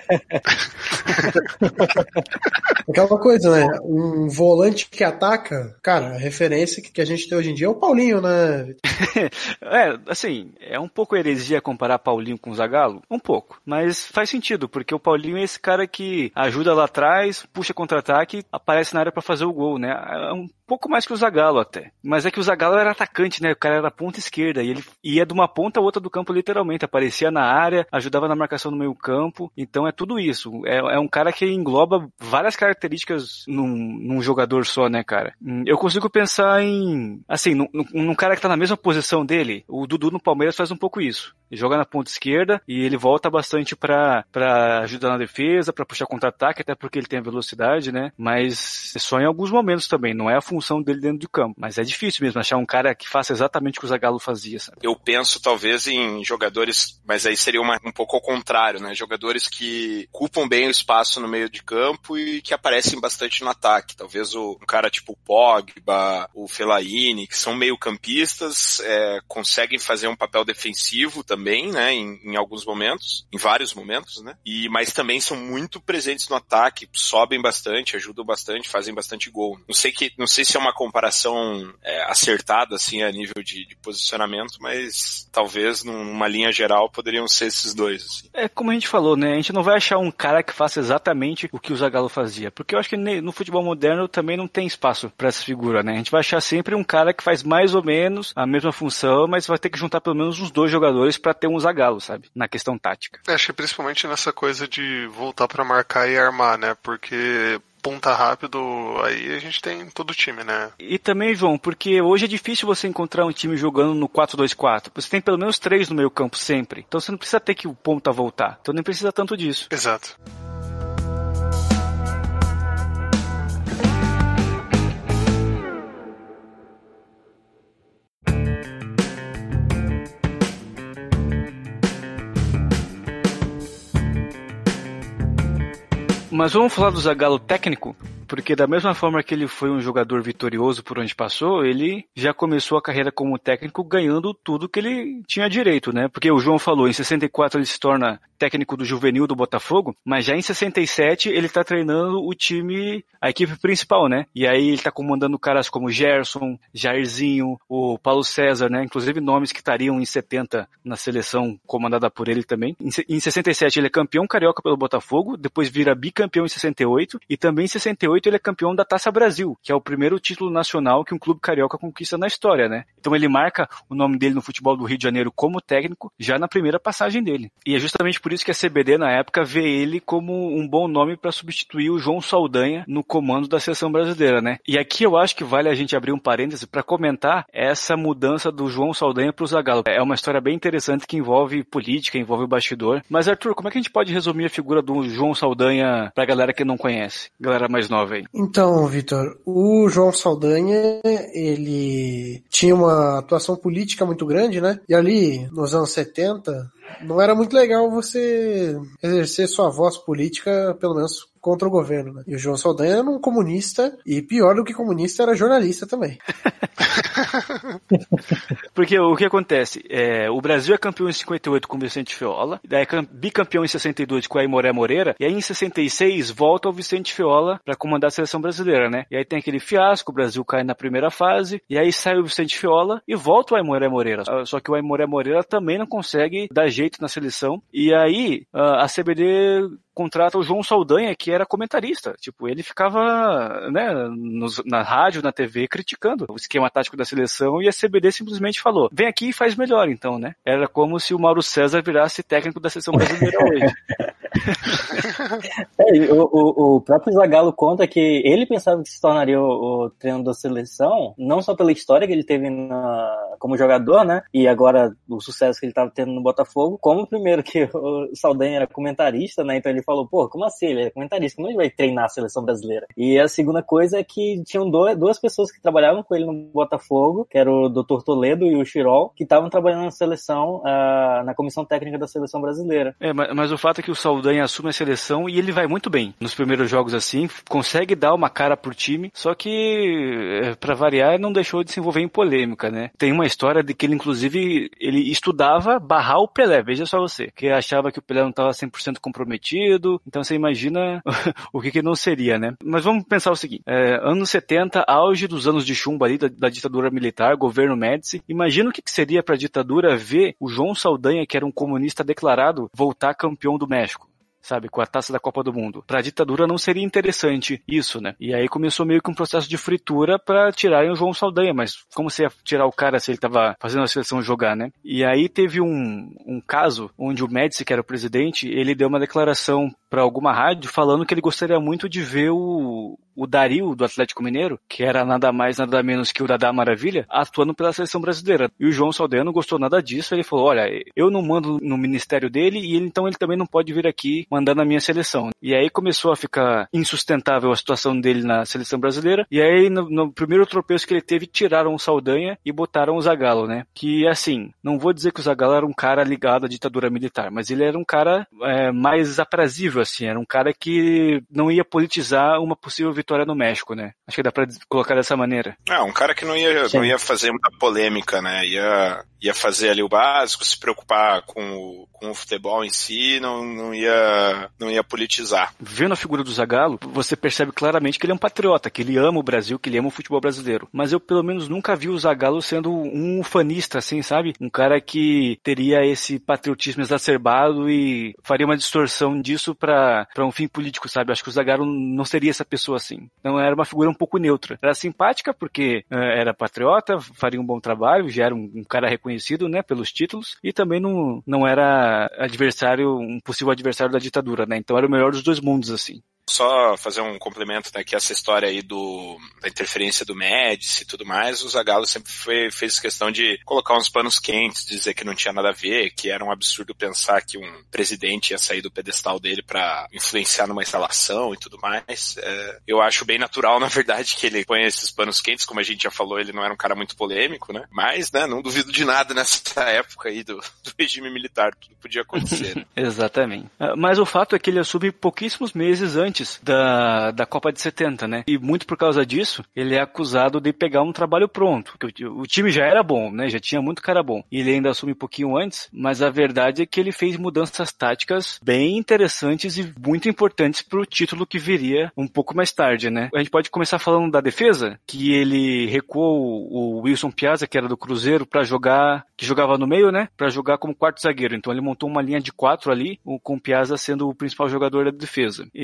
Aquela coisa, né? Um volante que ataca, cara, a referência que a gente tem hoje em dia é o Paulinho, né? É, assim, é um pouco heresia comparar Paulinho com o Zagallo? Um pouco, mas faz sentido, porque o Paulinho é esse cara que ajuda lá atrás, puxa contra-ataque, aparece na área pra fazer o gol, né? É um pouco mais que o Zagallo até. Mas é que o Zagallo era atacante, né? O cara era ponta esquerda e ele ia de uma ponta a outra do campo literalmente, aparecia na área, ajudava na marcação no meio campo, então é tudo isso. É, é um cara que engloba várias características num, num jogador só, né, cara? Eu consigo pensar em, assim, num, num cara que tá na mesma posição dele. O Dudu no Palmeiras faz um pouco isso. Ele joga na ponta esquerda e ele volta bastante pra, pra ajudar na defesa, pra puxar contra-ataque, até porque ele tem a velocidade, né? Mas é só em alguns momentos também, não é a função dele dentro do campo. Mas é difícil mesmo achar um cara que faça exatamente o que o Zagallo fazia, sabe? Eu penso talvez em jogadores, mas aí seria uma, um pouco ao contrário, né? Jogadores que ocupam bem o espaço no meio de campo e que aparecem bastante no ataque. Talvez o, um cara tipo o Pogba, o Fellaini, que são meio campistas, é, conseguem fazer um papel defensivo também, né? Em, em alguns momentos, em vários momentos, né? E, mas também são muito presentes no ataque, sobem bastante, ajudam bastante, fazem bastante gol. Não sei, que, não sei se é uma comparação é, acertada, assim, a nível de, de posicionamento, mas talvez numa linha geral poderiam ser esses dois, assim. É como a gente falou, né? A gente não vai achar um cara que faça exatamente o que o Zagallo fazia, porque eu acho que no futebol moderno também não tem espaço para essa figura, né? A gente vai achar sempre um cara que faz mais ou menos a mesma função, mas vai ter que juntar pelo menos uns dois jogadores para ter um Zagallo, sabe? Na questão tática. Acho que principalmente nessa coisa de voltar para marcar e armar, né? Porque ponta rápido, aí a gente tem todo o time, né? E também, João, porque hoje é difícil você encontrar um time jogando no quatro dois quatro. Você tem pelo menos três no meio campo sempre. Então você não precisa ter que o ponta voltar. Então nem precisa tanto disso. Exato. Mas vamos falar do Zagallo técnico? Porque da mesma forma que ele foi um jogador vitorioso por onde passou, ele já começou a carreira como técnico ganhando tudo que ele tinha direito, né? Porque o João falou, em sessenta e quatro ele se torna técnico do juvenil do Botafogo, mas já em sessenta e sete ele tá treinando o time, a equipe principal, né? E aí ele tá comandando caras como Gerson, Jairzinho, o Paulo César, né? Inclusive nomes que estariam em setenta na seleção comandada por ele também. Em sessenta e sete ele é campeão carioca pelo Botafogo, depois vira bicampeão em sessenta e oito e também em sessenta e oito oito ele é campeão da Taça Brasil, que é o primeiro título nacional que um clube carioca conquista na história, né? Então ele marca o nome dele no futebol do Rio de Janeiro como técnico já na primeira passagem dele. E é justamente por isso que a C B D na época vê ele como um bom nome para substituir o João Saldanha no comando da seleção brasileira, né? E aqui eu acho que vale a gente abrir um parêntese para comentar essa mudança do João Saldanha para o Zagallo. É uma história bem interessante que envolve política, envolve o bastidor. Mas Arthur, como é que a gente pode resumir a figura do João Saldanha pra galera que não conhece? Galera mais nova aí. Então, Vitor, o João Saldanha, ele tinha uma atuação política muito grande, né? E ali, nos anos setenta, não era muito legal você exercer sua voz política, pelo menos contra o governo, né? E o João Saldanha era um comunista, e pior do que comunista, era jornalista também. Porque o que acontece? É, o Brasil é campeão em cinquenta e oito com o Vicente Feola, daí é bicampeão em sessenta e dois com o Aimoré Moreira, e aí em sessenta e seis volta o Vicente Feola para comandar a seleção brasileira, né? E aí tem aquele fiasco, o Brasil cai na primeira fase, e aí sai o Vicente Feola e volta o Aimoré Moreira. Só que o Aimoré Moreira também não consegue dar jeito na seleção, e aí a C B D contrata o João Saldanha, que era comentarista. Tipo, ele ficava, né, nos, na rádio, na T V, criticando o esquema tático da seleção, e a C B D simplesmente falou, vem aqui e faz melhor, então, né? Era como se o Mauro César virasse técnico da seleção brasileira hoje. É, o, o, o próprio Zagallo conta que ele pensava que se tornaria o, o treinador da seleção, não só pela história que ele teve na, como jogador, né, e agora o sucesso que ele estava tendo no Botafogo, como primeiro que o Saldanha era comentarista, né, então ele falou, pô, como assim? Ele é comentarista, como ele vai treinar a seleção brasileira? E a segunda coisa é que tinham dois, duas pessoas que trabalhavam com ele no Botafogo, que era o doutor Toledo e o Chirol, que estavam trabalhando na seleção, uh, na comissão técnica da seleção brasileira. É, mas, mas o fato é que o Saldanha assume a seleção e ele vai muito bem nos primeiros jogos assim, consegue dar uma cara pro time, só que, pra variar, não deixou de se envolver em polêmica, né? Tem uma história de que ele, inclusive, ele estudava barrar o Pelé, veja só você, que achava que o Pelé não estava cem por cento comprometido, então você imagina o que que não seria, né? Mas vamos pensar o seguinte, é, anos setenta, auge dos anos de chumbo ali, da, da ditadura militar, governo Médici, imagina o que que seria pra ditadura ver o João Saldanha, que era um comunista declarado, voltar campeão do México, sabe, com a taça da Copa do Mundo. Pra ditadura não seria interessante isso, né? E aí começou meio que um processo de fritura pra tirarem o João Saldanha, mas como você ia tirar o cara se ele tava fazendo a seleção jogar, né? E aí teve um, um caso onde o Médici, que era o presidente, ele deu uma declaração pra alguma rádio falando que ele gostaria muito de ver o, o Dario do Atlético Mineiro, que era nada mais, nada menos que o Dadá Maravilha, atuando pela seleção brasileira. E o João Saldanha não gostou nada disso, ele falou, olha, eu não mando no ministério dele e ele, então ele também não pode vir aqui mandar na minha seleção. E aí começou a ficar insustentável a situação dele na seleção brasileira, e aí no, no primeiro tropeço que ele teve, tiraram o Saldanha e botaram o Zagallo, né? Que assim, não vou dizer que o Zagallo era um cara ligado à ditadura militar, mas ele era um cara é, mais aprazível, assim, era um cara que não ia politizar uma possível vitória no México, né? Acho que dá pra colocar dessa maneira. É, um cara que não ia, não ia fazer muita polêmica, né? Ia, ia fazer ali o básico, se preocupar com o, com o futebol em si, não, não ia, não ia politizar. Vendo a figura do Zagallo, você percebe claramente que ele é um patriota, que ele ama o Brasil, que ele ama o futebol brasileiro. Mas eu, pelo menos, nunca vi o Zagallo sendo um ufanista, assim, sabe? Um cara que teria esse patriotismo exacerbado e faria uma distorção disso pra, pra um fim político, sabe? Acho que o Zagallo não seria essa pessoa assim. Então era uma figura um pouco neutra. Era simpática porque uh, era patriota, faria um bom trabalho, já era um, um cara reconhecido, né, pelos títulos, e também não, não era adversário, um possível adversário da ditadura, né? Então era o melhor dos dois mundos, assim. Só fazer um complemento, né, que essa história aí do, da interferência do Médici e tudo mais, o Zagallo sempre foi, fez questão de colocar uns panos quentes, dizer que não tinha nada a ver, que era um absurdo pensar que um presidente ia sair do pedestal dele para influenciar numa instalação e tudo mais. É, eu acho bem natural, na verdade, que ele põe esses panos quentes, como a gente já falou, ele não era um cara muito polêmico, né, mas, né, não duvido de nada nessa época aí do, do regime militar, tudo podia acontecer. Né? Exatamente. Mas o fato é que ele assume pouquíssimos meses antes Da, da Copa de setenta, né? E muito por causa disso, ele é acusado de pegar um trabalho pronto. O, o time já era bom, né? Já tinha muito cara bom. E ele ainda assume um pouquinho antes, mas a verdade é que ele fez mudanças táticas bem interessantes e muito importantes pro título que viria um pouco mais tarde, né? A gente pode começar falando da defesa, que ele recuou o Wilson Piazza, que era do Cruzeiro, pra jogar, que jogava no meio, né? Pra jogar como quarto zagueiro. Então ele montou uma linha de quatro ali, com o Piazza sendo o principal jogador da defesa. E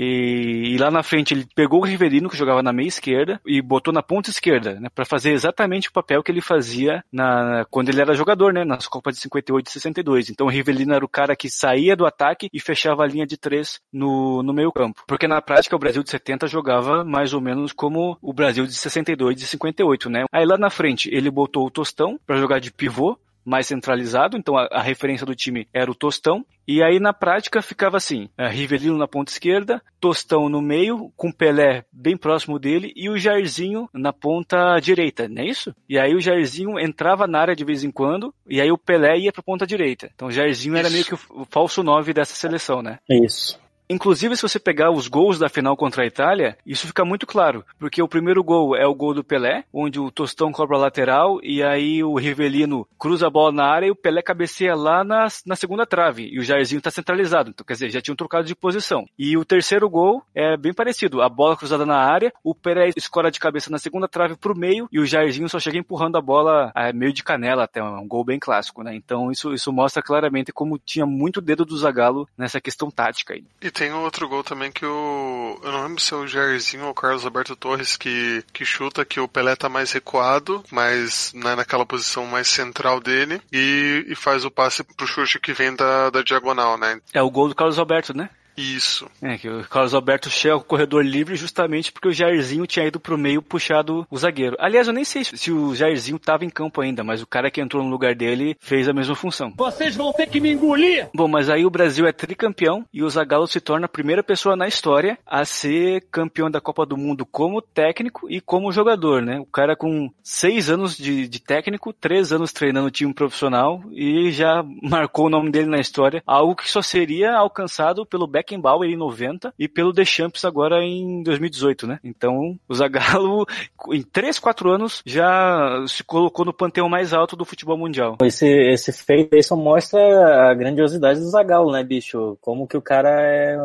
E, e lá na frente ele pegou o Rivelino, que jogava na meia esquerda, e botou na ponta esquerda, né, para fazer exatamente o papel que ele fazia na, quando ele era jogador, né, nas Copas de cinquenta e oito e sessenta e dois. Então o Rivelino era o cara que saía do ataque e fechava a linha de três no, no meio campo. Porque na prática o Brasil de setenta jogava mais ou menos como o Brasil de sessenta e dois e de cinquenta e oito, né. Aí lá na frente ele botou o Tostão para jogar de pivô, mais centralizado, então a, a referência do time era o Tostão, e aí na prática ficava assim, a Rivelino na ponta esquerda, Tostão no meio, com Pelé bem próximo dele, e o Jairzinho na ponta direita, não é isso? E aí o Jairzinho entrava na área de vez em quando, e aí o Pelé ia pra ponta direita. Então o Jairzinho isso. Era meio que o, o falso nove dessa seleção, né? Isso. Inclusive, se você pegar os gols da final contra a Itália, isso fica muito claro, porque o primeiro gol é o gol do Pelé, onde o Tostão cobra a lateral, e aí o Rivelino cruza a bola na área e o Pelé cabeceia lá na, na segunda trave, e o Jairzinho está centralizado, então quer dizer, já tinham trocado de posição. E o terceiro gol é bem parecido, a bola cruzada na área, o Pelé escora de cabeça na segunda trave pro meio, e o Jairzinho só chega empurrando a bola a meio de canela até, um gol bem clássico, né? Então isso, isso mostra claramente como tinha muito dedo do Zagallo nessa questão tática aí. E tem outro gol também que o... eu não lembro se é o Jairzinho ou o Carlos Alberto Torres que, que chuta, que o Pelé tá mais recuado, mas né, naquela posição mais central dele, e, e faz o passe pro chute que vem da, da diagonal, né? É o gol do Carlos Alberto, né? Isso. É, que o Carlos Alberto chega ao corredor livre justamente porque o Jairzinho tinha ido pro meio puxado o zagueiro. Aliás, eu nem sei se o Jairzinho tava em campo ainda, mas o cara que entrou no lugar dele fez a mesma função. Vocês vão ter que me engolir! Bom, mas aí o Brasil é tricampeão e o Zagallo se torna a primeira pessoa na história a ser campeão da Copa do Mundo como técnico e como jogador, né? O cara com seis anos de, de técnico, três anos treinando time profissional e já marcou o nome dele na história, algo que só seria alcançado pelo Beckenbauer Beckenbauer em noventa e pelo Deschamps agora em dois mil e dezoito, né? Então, o Zagallo, em três, quatro anos, já se colocou no panteão mais alto do futebol mundial. Esse, esse feito aí só mostra a grandiosidade do Zagallo, né, bicho? Como que o cara é,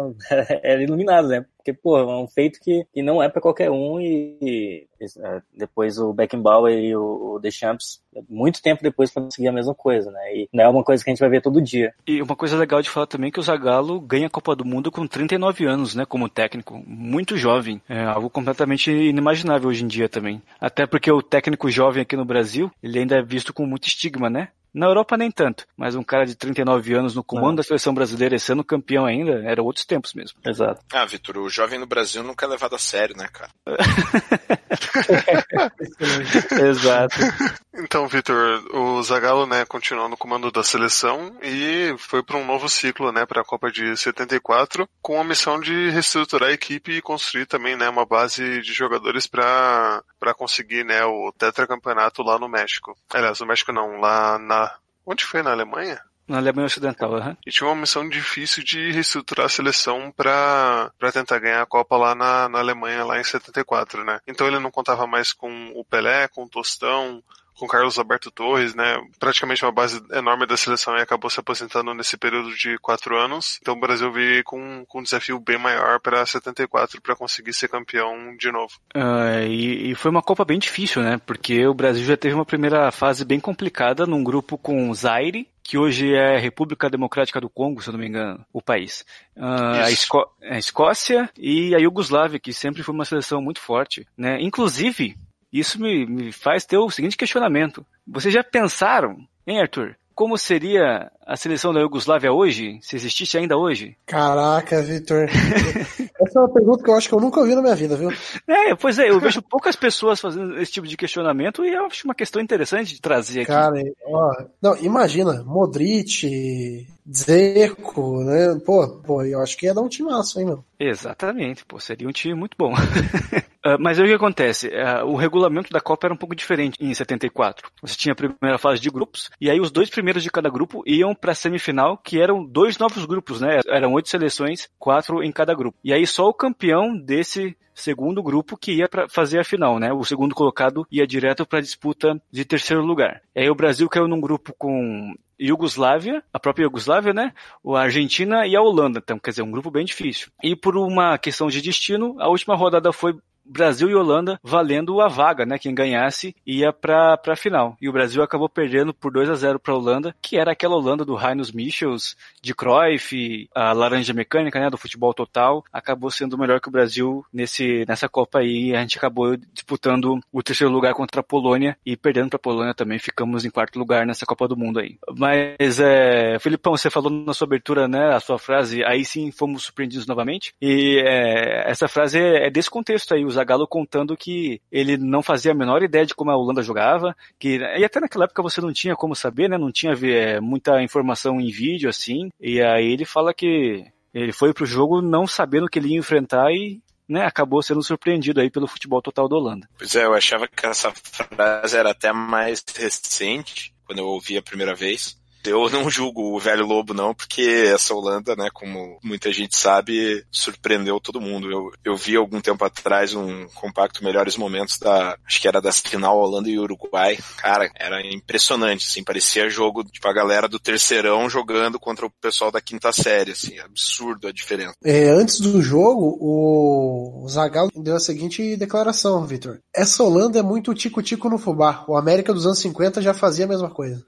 é iluminado, né? Porque, pô, é um feito que, que não é pra qualquer um e, e depois o Beckenbauer e o, o Deschamps, muito tempo depois pra conseguir a mesma coisa, né? E não é uma coisa que a gente vai ver todo dia. E uma coisa legal de falar também é que o Zagallo ganha a Copa do Mundo com trinta e nove anos, né? Como técnico. Muito jovem. É algo completamente inimaginável hoje em dia também. Até porque o técnico jovem aqui no Brasil, ele ainda é visto com muito estigma, né? Na Europa nem tanto, mas um cara de trinta e nove anos no comando Não. da seleção brasileira, sendo campeão ainda, eram outros tempos mesmo. Exato. Ah, Vitor, o jovem no Brasil nunca é levado a sério, né, cara? Exato. Então, Vitor, o Zagallo, né, continuou no comando da seleção e foi para um novo ciclo, né, para a Copa de setenta e quatro, com a missão de reestruturar a equipe e construir também, né, uma base de jogadores para para conseguir, né, o tetracampeonato lá no México. Aliás, no México não, lá na... Onde foi? Na Alemanha? Na Alemanha Ocidental, aham. Uhum. E tinha uma missão difícil de reestruturar a seleção pra, pra tentar ganhar a Copa lá na, na Alemanha, lá em setenta e quatro, né? Então ele não contava mais com o Pelé, com o Tostão, com Carlos Alberto Torres, né? Praticamente uma base enorme da seleção e acabou se aposentando nesse período de quatro anos. Então o Brasil veio com, com um desafio bem maior para setenta e quatro para conseguir ser campeão de novo. Uh, e, e foi uma Copa bem difícil, né? Porque o Brasil já teve uma primeira fase bem complicada num grupo com Zaire, que hoje é a República Democrática do Congo, se eu não me engano, o país. Uh, a, Esco- a Escócia e a Iugoslávia, que sempre foi uma seleção muito forte, né? Inclusive, isso me, me faz ter o seguinte questionamento. Vocês já pensaram, hein, Arthur? Como seria a seleção da Iugoslávia hoje, se existisse ainda hoje? Caraca, Vitor. Essa é uma pergunta que eu acho que eu nunca ouvi na minha vida, viu? É, pois é, eu vejo poucas pessoas fazendo esse tipo de questionamento e eu acho uma questão interessante de trazer aqui. Cara, ó, não, imagina, Modric, Dzeko, né? Pô, pô, eu acho que ia dar um timaço, hein, meu? Exatamente, pô, seria um time muito bom. Uh, mas aí o que acontece? Uh, o regulamento da Copa era um pouco diferente em setenta e quatro. Você tinha a primeira fase de grupos, e aí os dois primeiros de cada grupo iam para a semifinal, que eram dois novos grupos, né? Eram oito seleções, quatro em cada grupo. E aí só o campeão desse segundo grupo que ia para fazer a final, né? O segundo colocado ia direto para a disputa de terceiro lugar. E aí o Brasil caiu num grupo com Iugoslávia, a própria Iugoslávia, né? A Argentina e a Holanda. Então, quer dizer, um grupo bem difícil. E por uma questão de destino, a última rodada foi Brasil e Holanda valendo a vaga, né? Quem ganhasse ia pra, pra final. E o Brasil acabou perdendo por dois a zero pra Holanda, que era aquela Holanda do Rinus Michels, de Cruyff, a laranja mecânica, né? Do futebol total. Acabou sendo melhor que o Brasil nesse, nessa Copa aí. E a gente acabou disputando o terceiro lugar contra a Polônia e perdendo pra Polônia também. Ficamos em quarto lugar nessa Copa do Mundo aí. Mas, é, Felipão, você falou na sua abertura, né? A sua frase, aí sim fomos surpreendidos novamente. E é, essa frase é desse contexto aí, o Zagallo contando que ele não fazia a menor ideia de como a Holanda jogava, que, e até naquela época você não tinha como saber, né? Não tinha é, muita informação em vídeo, assim. E aí ele fala que ele foi pro jogo não sabendo o que ele ia enfrentar e, né, acabou sendo surpreendido aí pelo futebol total da Holanda. Pois é, eu achava que essa frase era até mais recente, quando eu ouvi a primeira vez. Eu não julgo o velho Lobo não, porque essa Holanda, né, como muita gente sabe, surpreendeu todo mundo. Eu, eu vi algum tempo atrás um compacto Melhores Momentos da, acho que era da final Holanda e Uruguai. Cara, era impressionante, assim, parecia jogo, tipo, a galera do terceirão jogando contra o pessoal da quinta série, assim, absurdo a diferença. É, antes do jogo, o Zagallo deu a seguinte declaração, Vitor. Essa Holanda é muito tico-tico no fubá. O América dos anos cinquenta já fazia a mesma coisa.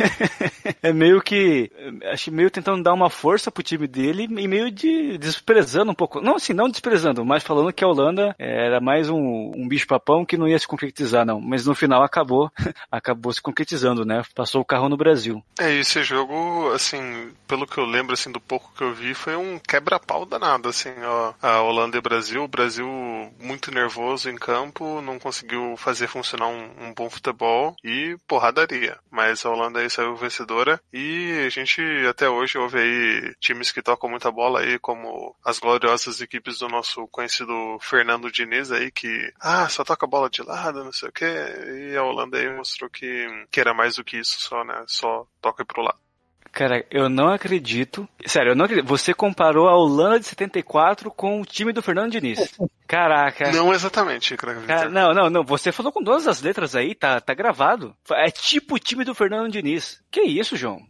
É meio que, acho meio tentando dar uma força pro time dele e meio de desprezando um pouco, não assim, não desprezando, mas falando que a Holanda era mais um, um bicho-papão que não ia se concretizar não, mas no final acabou, acabou se concretizando, né, passou o carro no Brasil. É, esse jogo, assim, pelo que eu lembro, assim, do pouco que eu vi, foi um quebra-pau danado, assim, ó, a Holanda e o Brasil, o Brasil muito nervoso em campo, não conseguiu fazer funcionar um, um bom futebol e porradaria, mas a Holanda aí saiu vencedora. E a gente até hoje ouve aí times que tocam muita bola aí, como as gloriosas equipes do nosso conhecido Fernando Diniz aí, que ah, só toca bola de lado, não sei o que, e a Holanda aí mostrou que, que era mais do que isso só, né, só toca pro lado. Cara, eu não acredito. Sério, eu não acredito. Você comparou a Holanda de setenta e quatro com o time do Fernando Diniz. Caraca. Não exatamente, cara. Não, não, não. Você falou com todas as letras aí, tá, tá gravado. É tipo o time do Fernando Diniz. Que isso, João?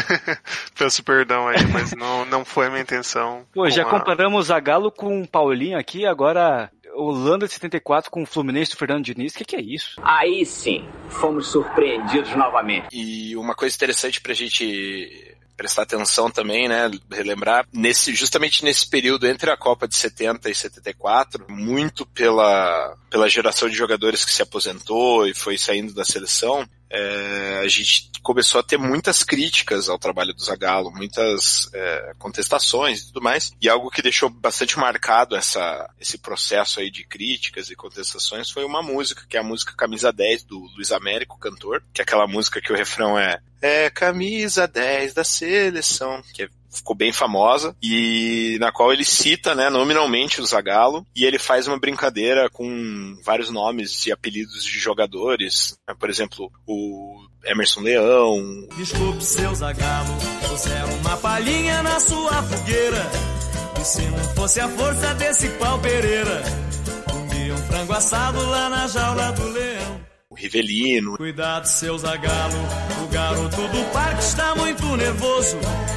Peço perdão aí, mas não, não foi a minha intenção. Pô, já a... comparamos Zagallo com o Paulinho aqui, agora Holanda de setenta e quatro com o Fluminense do Fernando Diniz. Que que é isso? Aí sim, fomos surpreendidos novamente. E uma coisa interessante pra gente prestar atenção também, né, relembrar, nesse, justamente nesse período entre a Copa de setenta e setenta e quatro, muito pela, pela geração de jogadores que se aposentou e foi saindo da seleção, é, a gente começou a ter muitas críticas ao trabalho do Zagallo, muitas é, contestações e tudo mais, e algo que deixou bastante marcado essa, esse processo aí de críticas e contestações foi uma música, que é a música Camisa dez do Luiz Américo, cantor, que é aquela música que o refrão é É camisa dez da seleção, que é ficou bem famosa, e na qual ele cita, né, nominalmente o Zagallo, e ele faz uma brincadeira com vários nomes e apelidos de jogadores, né, por exemplo, o Emerson Leão. Desculpe, seu Zagallo, você é uma palhinha na sua fogueira, e se não fosse a força desse pau Pereira, comia um frango assado lá na jaula do leão. O Rivelino. Cuidado, seu Zagallo, o garoto do parque está muito nervoso,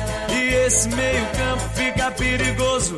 e esse meio campo fica perigoso.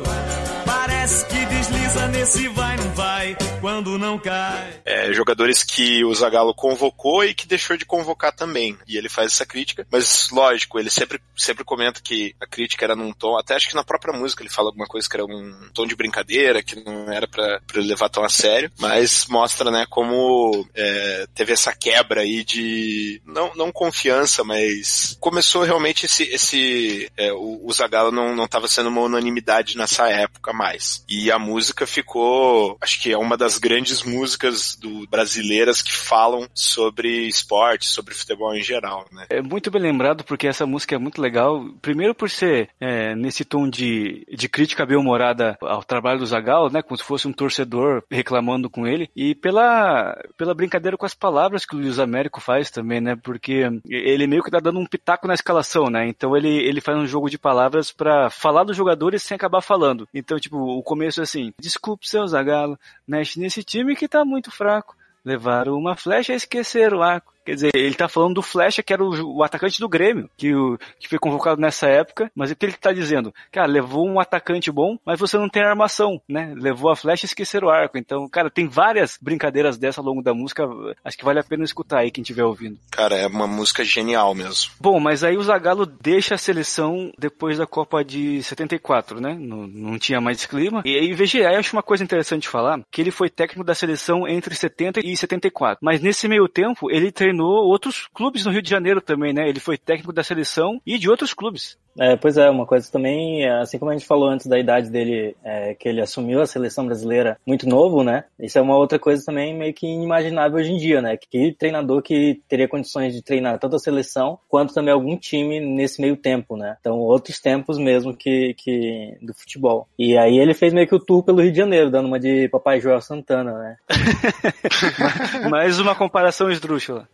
Parece que desliza nesse vai, não vai, quando não cai. É, jogadores que o Zagallo convocou e que deixou de convocar também. E ele faz essa crítica. Mas, lógico, ele sempre, sempre comenta que a crítica era num tom, até acho que na própria música ele fala alguma coisa que era um tom de brincadeira, que não era pra, pra ele levar tão a sério. Mas mostra, né, como é, teve essa quebra aí de, não, não confiança, mas começou realmente esse, esse é, o, o Zagallo não, não tava sendo uma unanimidade nessa época mais. E a música ficou, acho que é uma das grandes músicas do, brasileiras que falam sobre esporte, sobre futebol em geral, né? É muito bem lembrado, porque essa música é muito legal, primeiro por ser é, nesse tom de, de crítica bem-humorada ao trabalho do Zagallo, né, como se fosse um torcedor reclamando com ele, e pela, pela brincadeira com as palavras que o Luiz Américo faz também, né, porque ele meio que tá dando um pitaco na escalação, né, então ele, ele faz um jogo de palavras pra falar dos jogadores sem acabar falando. Então, tipo, o começo é assim: desculpe, seu Zagallo, mexe nesse time que tá muito fraco. Levaram uma flecha e esqueceram o arco. Quer dizer, ele tá falando do Flecha, que era o, o atacante do Grêmio, que, o, que foi convocado nessa época, mas o que ele tá dizendo? Cara, levou um atacante bom, mas você não tem armação, né? Levou a flecha e esqueceram o arco. Então, cara, tem várias brincadeiras dessa ao longo da música, acho que vale a pena escutar aí quem estiver ouvindo. Cara, é uma música genial mesmo. Bom, mas aí o Zagallo deixa a seleção depois da Copa de setenta e quatro, né? Não, não tinha mais clima. E aí, veja, aí eu acho uma coisa interessante de falar, que ele foi técnico da seleção entre setenta e setenta e quatro. Mas nesse meio tempo, ele treinou outros clubes no Rio de Janeiro também, né? Ele foi técnico da seleção e de outros clubes. É, pois é, uma coisa também, assim como a gente falou antes da idade dele, é, que ele assumiu a seleção brasileira muito novo, né? Isso é uma outra coisa também meio que inimaginável hoje em dia, né? Que treinador que teria condições de treinar tanto a seleção quanto também algum time nesse meio tempo, né? Então, outros tempos mesmo que, que do futebol. E aí ele fez meio que o tour pelo Rio de Janeiro, dando uma de Papai Joel Santana, né? Mais uma comparação esdrúxula.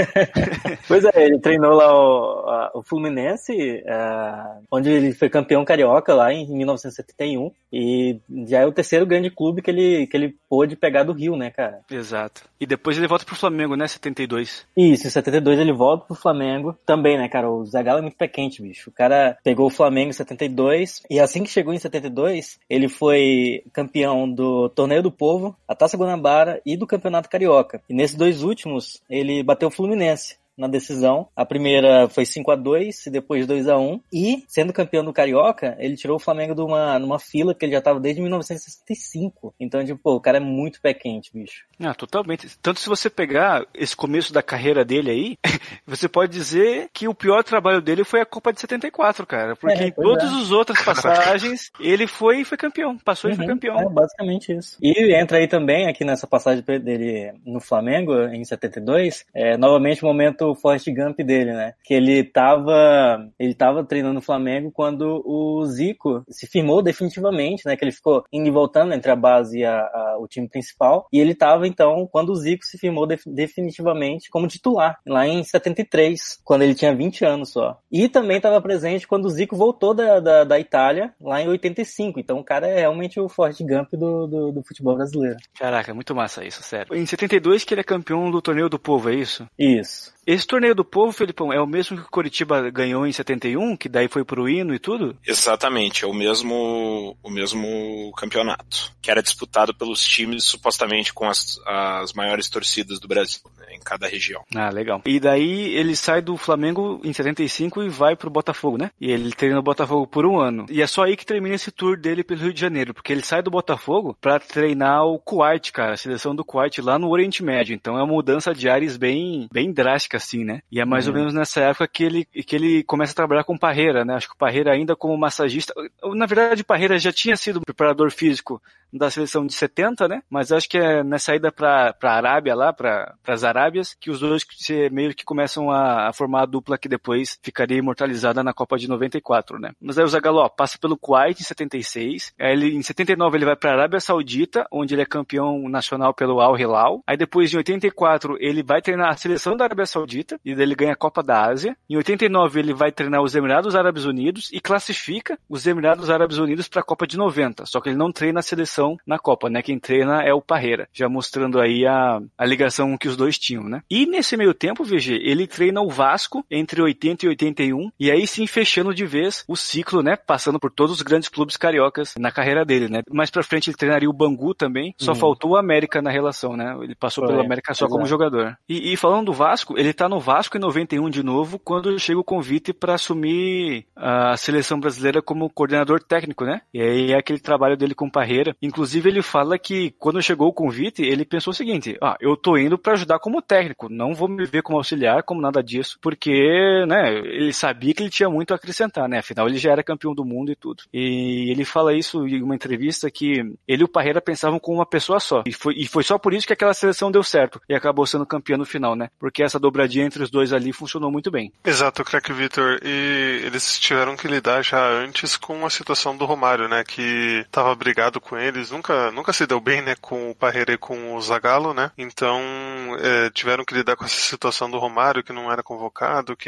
Pois é, ele treinou lá o, o Fluminense, é, onde ele foi campeão carioca lá em mil novecentos e setenta e um, e já é o terceiro grande clube que ele, que ele pôde pegar do Rio, né, cara? Exato. E depois ele volta pro Flamengo, né, setenta e dois. Isso, em setenta e dois ele volta pro Flamengo também, né, cara? O Zagallo é muito pé quente, bicho. O cara pegou o Flamengo em setenta e dois, e assim que chegou em setenta e dois, ele foi campeão do Torneio do Povo, a Taça Guanabara e do Campeonato Carioca. E nesses dois últimos, ele bateu o Fluminense na decisão. A primeira foi cinco a dois e depois dois a um. E, sendo campeão do Carioca, ele tirou o Flamengo de uma, numa fila que ele já tava desde mil novecentos e sessenta e cinco. Então, tipo, pô, o cara é muito pé quente, bicho. Ah, totalmente. Tanto se você pegar esse começo da carreira dele aí, você pode dizer que o pior trabalho dele foi a Copa de setenta e quatro, cara. Porque É, em todas é. as outras passagens, ele foi e foi campeão. Passou Uhum, e foi campeão. É, basicamente isso. E entra aí também, aqui nessa passagem dele no Flamengo, em setenta e dois, é, novamente o momento Forrest Gump dele, né? Que ele tava, ele tava treinando no Flamengo quando o Zico se firmou definitivamente, né? Que ele ficou indo e voltando entre a base e a, a, o time principal. E ele tava, então, quando o Zico se firmou de, definitivamente como titular, lá em setenta e três, quando ele tinha vinte anos só. E também tava presente quando o Zico voltou da, da, da Itália, lá em oitenta e cinco. Então o cara é realmente o Forrest Gump do, do, do futebol brasileiro. Caraca, muito massa isso, sério. Em setenta e dois que ele é campeão do Torneio do Povo, é isso? Isso. Esse Torneio do Povo, Felipão, é o mesmo que o Coritiba ganhou em setenta e um, que daí foi pro hino e tudo? Exatamente, é o mesmo, o mesmo campeonato, que era disputado pelos times supostamente com as, as maiores torcidas do Brasil, né, em cada região. Ah, legal. E daí ele sai do Flamengo em setenta e cinco e vai pro Botafogo, né? E ele treina o Botafogo por um ano. E é só aí que termina esse tour dele pelo Rio de Janeiro, porque ele sai do Botafogo pra treinar o Kuwait, cara, a seleção do Kuwait lá no Oriente Médio. Então é uma mudança de ares bem, bem drástica, assim, né? E é mais uhum. ou menos nessa época que ele, que ele começa a trabalhar com o Parreira, né? Acho que o Parreira ainda como massagista, na verdade o Parreira já tinha sido preparador físico da seleção de setenta, né? Mas acho que é nessa ida pra, pra Arábia lá, pra, pras Arábias, que os dois se, meio que começam a, a formar a dupla que depois ficaria imortalizada na Copa de noventa e quatro, né? Mas aí o Zagallo, ó, passa pelo Kuwait em setenta e seis, aí ele, em setenta e nove ele vai pra Arábia Saudita, onde ele é campeão nacional pelo Al Hilal, aí depois em oitenta e quatro ele vai treinar a seleção da Arábia Saudita, e daí ele ganha a Copa da Ásia, em oitenta e nove ele vai treinar os Emirados Árabes Unidos e classifica os Emirados Árabes Unidos pra Copa de noventa, só que ele não treina a seleção na Copa, né? Quem treina é o Parreira, já mostrando aí a, a ligação que os dois tinham, né? E nesse meio tempo, V G, ele treina o Vasco entre oitenta e oitenta e um, e aí sim fechando de vez o ciclo, né? Passando por todos os grandes clubes cariocas na carreira dele, né? Mais pra frente ele treinaria o Bangu também, só uhum. faltou o América na relação, né? Ele passou Foi, pelo América só como é. jogador. E, e falando do Vasco, ele tá no Vasco em noventa e um de novo, quando chega o convite para assumir a seleção brasileira como coordenador técnico, né? E aí é aquele trabalho dele com o Parreira. Inclusive ele fala que quando chegou o convite, ele pensou o seguinte, ah, eu tô indo para ajudar como técnico, não vou me ver como auxiliar, como nada disso, porque, né, ele sabia que ele tinha muito a acrescentar, né? Afinal ele já era campeão do mundo e tudo. E ele fala isso em uma entrevista que ele e o Parreira pensavam como uma pessoa só. E foi, e foi só por isso que aquela seleção deu certo e acabou sendo campeão no final, né? Porque essa dobradinha entre os dois ali funcionou muito bem. Exato, craque Vitor. E eles tiveram que lidar já antes com a situação do Romário, né? Que tava brigado com eles, nunca, nunca se deu bem, né? Com o Parreira e com o Zagallo, né? Então, é, tiveram que lidar com essa situação do Romário, que não era convocado, que não,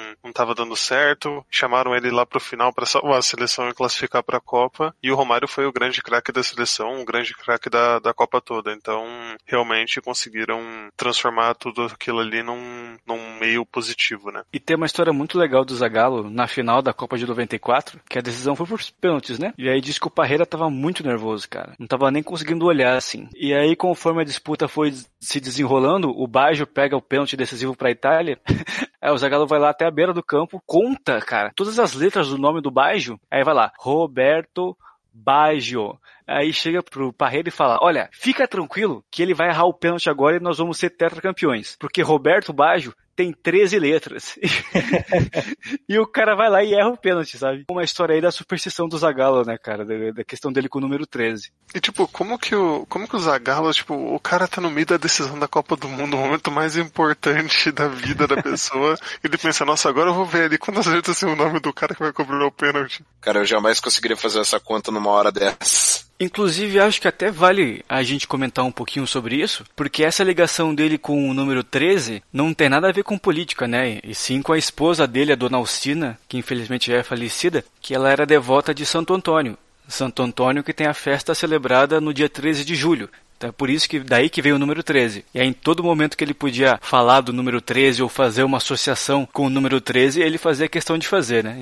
não tava dando certo, chamaram ele lá pro final para salvar a seleção e classificar pra Copa, e o Romário foi o grande craque da seleção, o grande craque da, da Copa toda, então realmente conseguiram transformar tudo aquilo ali num, num meio positivo, né? E tem uma história muito legal do Zagallo na final da Copa de noventa e quatro, que a decisão foi por pênaltis, né? E aí disse que o Parreira tava muito nervoso, cara, não tava nem conseguindo olhar, assim. E aí, conforme a disputa foi se desenrolando, o Baggio pega o pênalti decisivo pra Itália, aí o Zagallo vai lá até a beira do campo, conta, cara, todas as letras do nome do Baggio, aí vai lá, Roberto Baggio. Aí chega pro Parreira e fala, olha, fica tranquilo que ele vai errar o pênalti agora e nós vamos ser tetracampeões, porque Roberto Baggio tem treze letras. E o cara vai lá e erra o pênalti, sabe? Uma história aí da superstição do Zagallo, né, cara? Da, da questão dele com o número treze. E, tipo, como que o, como que o Zagallo, tipo, o cara tá no meio da decisão da Copa do Mundo, o momento mais importante da vida da pessoa, e ele pensa, nossa, agora eu vou ver ali quantas letras tem o nome do cara que vai cobrar o pênalti. Cara, eu jamais conseguiria fazer essa conta numa hora dessas. Inclusive, acho que até vale a gente comentar um pouquinho sobre isso, porque essa ligação dele com o número treze não tem nada a ver com política, né? E sim com a esposa dele, a dona Alcina, que infelizmente já é falecida, que ela era devota de Santo Antônio. Santo Antônio que tem a festa celebrada no dia treze de julho. Então é por isso que daí que veio o número treze. E aí em todo momento que ele podia falar do número treze ou fazer uma associação com o número treze, ele fazia questão de fazer, né?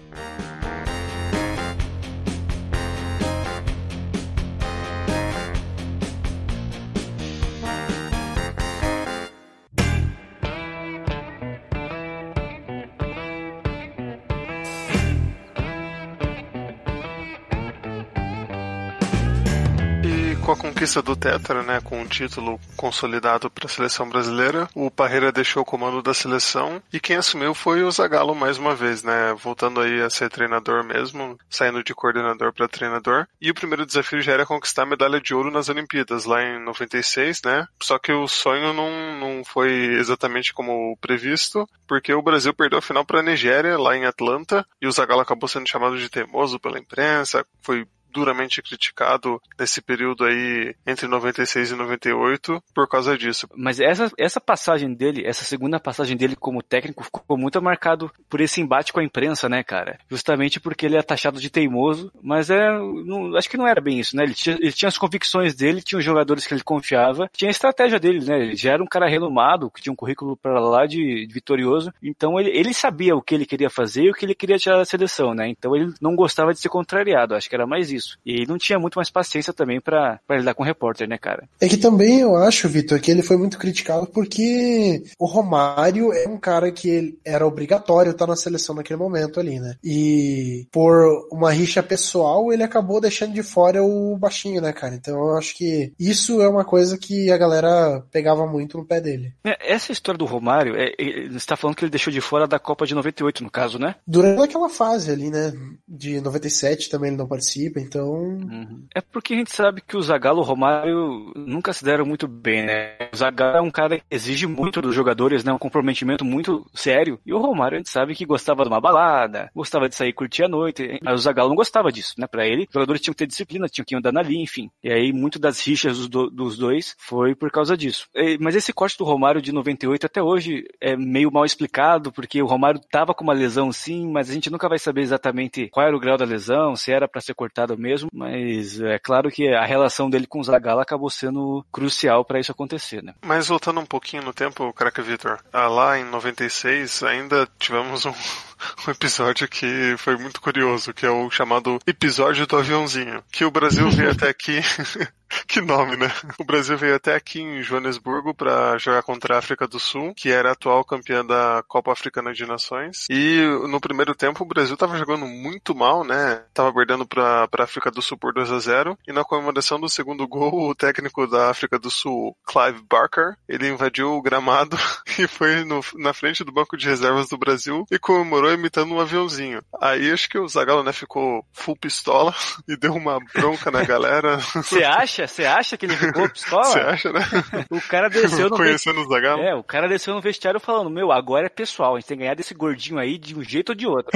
Com a conquista do Tetra, né, com o título consolidado para a seleção brasileira, o Parreira deixou o comando da seleção e quem assumiu foi o Zagallo mais uma vez, né, voltando aí a ser treinador mesmo, saindo de coordenador para treinador. E o primeiro desafio já era conquistar a medalha de ouro nas Olimpíadas, lá em noventa e seis, né, só que o sonho não, não foi exatamente como previsto, porque o Brasil perdeu a final para a Nigéria, lá em Atlanta, e o Zagallo acabou sendo chamado de teimoso pela imprensa, foi duramente criticado nesse período aí entre noventa e seis e noventa e oito por causa disso. Mas essa, essa passagem dele, essa segunda passagem dele como técnico ficou muito marcado por esse embate com a imprensa, né, cara? Justamente porque ele é taxado de teimoso, mas é, não, acho que não era bem isso, né? Ele tinha, ele tinha as convicções dele, tinha os jogadores que ele confiava, tinha a estratégia dele, né? Ele já era um cara renomado, que tinha um currículo para lá de, de vitorioso, então ele, ele sabia o que ele queria fazer e o que ele queria tirar da seleção, né? Então ele não gostava de ser contrariado, acho que era mais isso. E não tinha muito mais paciência também pra, pra lidar com o repórter, né, cara? É que também eu acho, Vitor, que ele foi muito criticado porque o Romário é um cara que ele era obrigatório estar na seleção naquele momento ali, né? E por uma rixa pessoal, ele acabou deixando de fora o baixinho, né, cara? Então eu acho que isso é uma coisa que a galera pegava muito no pé dele. Essa história do Romário, é, é, você tá falando que ele deixou de fora da Copa de noventa e oito, no caso, né? Durante aquela fase ali, né? De noventa e sete também ele não participa, então... Uhum. É porque a gente sabe que o Zagallo e o Romário nunca se deram muito bem, né? O Zagallo é um cara que exige muito dos jogadores, né? Um comprometimento muito sério. E o Romário a gente sabe que gostava de uma balada, gostava de sair curtir a noite. Mas o Zagallo não gostava disso, né? Pra ele, os jogadores tinham que ter disciplina, tinham que andar na linha, enfim. E aí, muito das rixas dos, do, dos dois foi por causa disso. E, mas esse corte do Romário de noventa e oito até hoje é meio mal explicado, porque o Romário tava com uma lesão sim, mas a gente nunca vai saber exatamente qual era o grau da lesão, se era pra ser cortado mesmo. Mas é claro que a relação dele com o Zagallo acabou sendo crucial para isso acontecer, né? Mas voltando um pouquinho no tempo, craque Vitor, ah, lá em noventa e seis ainda tivemos um, um episódio que foi muito curioso, que é o chamado episódio do aviãozinho, que o Brasil veio até aqui... Que nome, né? O Brasil veio até aqui em Joanesburgo para jogar contra a África do Sul, que era a atual campeã da Copa Africana de Nações. E no primeiro tempo o Brasil tava jogando muito mal, né? Tava perdendo pra, pra África do Sul por dois a zero. E na comemoração do segundo gol, o técnico da África do Sul, Clive Barker, ele invadiu o gramado e foi no, na frente do banco de reservas do Brasil e comemorou imitando um aviãozinho. Aí acho que o Zagallo, né, ficou full pistola e deu uma bronca na galera. Você acha? Você acha que ele ficou pistola? Você acha, né? O cara desceu no Conhecendo o Zagallo. É, o cara desceu no vestiário falando, meu, agora é pessoal, a gente tem que ganhar desse gordinho aí de um jeito ou de outro.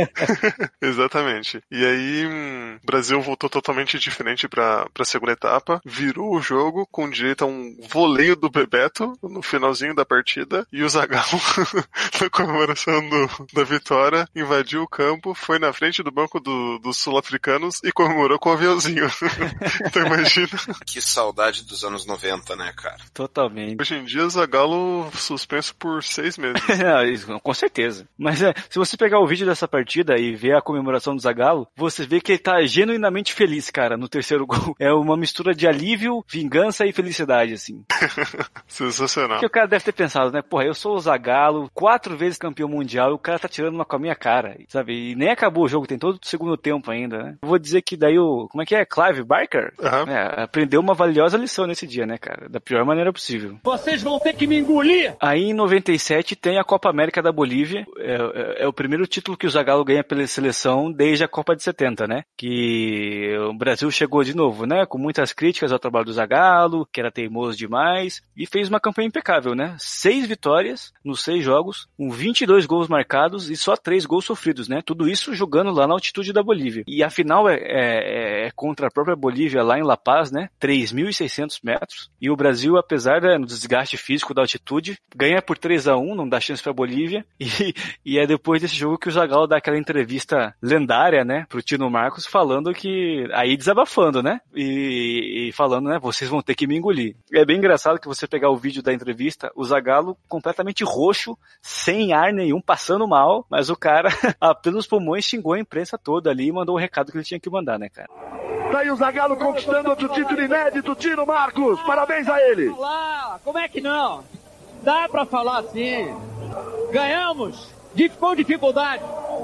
Exatamente. E aí, hum, o Brasil voltou totalmente diferente pra, pra segunda etapa, virou o jogo com direito a um voleio do Bebeto no finalzinho da partida, e o Zagallo, na comemoração do, da vitória, invadiu o campo, foi na frente do banco do, dos sul-africanos e comemorou com o aviãozinho. Então imagina. Que saudade dos anos noventa, né, cara? Totalmente. Hoje em dia, Zagallo suspenso por seis meses. Não, isso, com certeza. Mas é, se você pegar o vídeo dessa partida e ver a comemoração do Zagallo, você vê que ele tá genuinamente feliz, cara, no terceiro gol. É uma mistura de alívio, vingança e felicidade, assim. Sensacional. Porque o cara deve ter pensado, né, porra, eu sou o Zagallo, quatro vezes campeão mundial, e o cara tá tirando uma com a minha cara, sabe? E nem acabou o jogo, tem todo o segundo tempo ainda, né? Eu vou dizer que daí o, como é que é? Clive Barker? Uhum. É, aprendeu uma valiosa lição nesse dia, né, cara? Da pior maneira possível. Vocês vão ter que me engolir! Aí em noventa e sete tem a Copa América da Bolívia, é, é, é o primeiro título que o Zagallo ganha pela seleção desde a Copa de setenta, né? Que o Brasil chegou de novo, né? Com muitas críticas ao trabalho do Zagallo, que era teimoso demais, e fez uma campanha impecável, né? Seis vitórias nos seis jogos, com vinte e dois gols marcados e só três gols sofridos, né? Tudo isso jogando lá na altitude da Bolívia. E a final é, é, é contra a própria Bolívia lá em La Paz, né? três mil e seiscentos metros. E o Brasil, apesar do né, desgaste físico da altitude, ganha por três a um, não dá chance pra Bolívia. E, e é depois desse jogo que o Zagallo dá aquela entrevista lendária, né? Pro Tino Marcos, falando que... Aí desabafando, né? E, e falando, né? Vocês vão ter que me engolir. É bem engraçado que você pegar o vídeo da entrevista, o Zagallo completamente roxo, sem ar nenhum, passando mal, mas o cara, a pelos pulmões, xingou a imprensa toda ali e mandou o recado que ele tinha que mandar, né, cara? Tá aí o Zagallo conquistando outro título inédito, Tino Marcos, parabéns a ele! Falar, como é que não? Dá pra falar assim. Ganhamos, com dificuldade.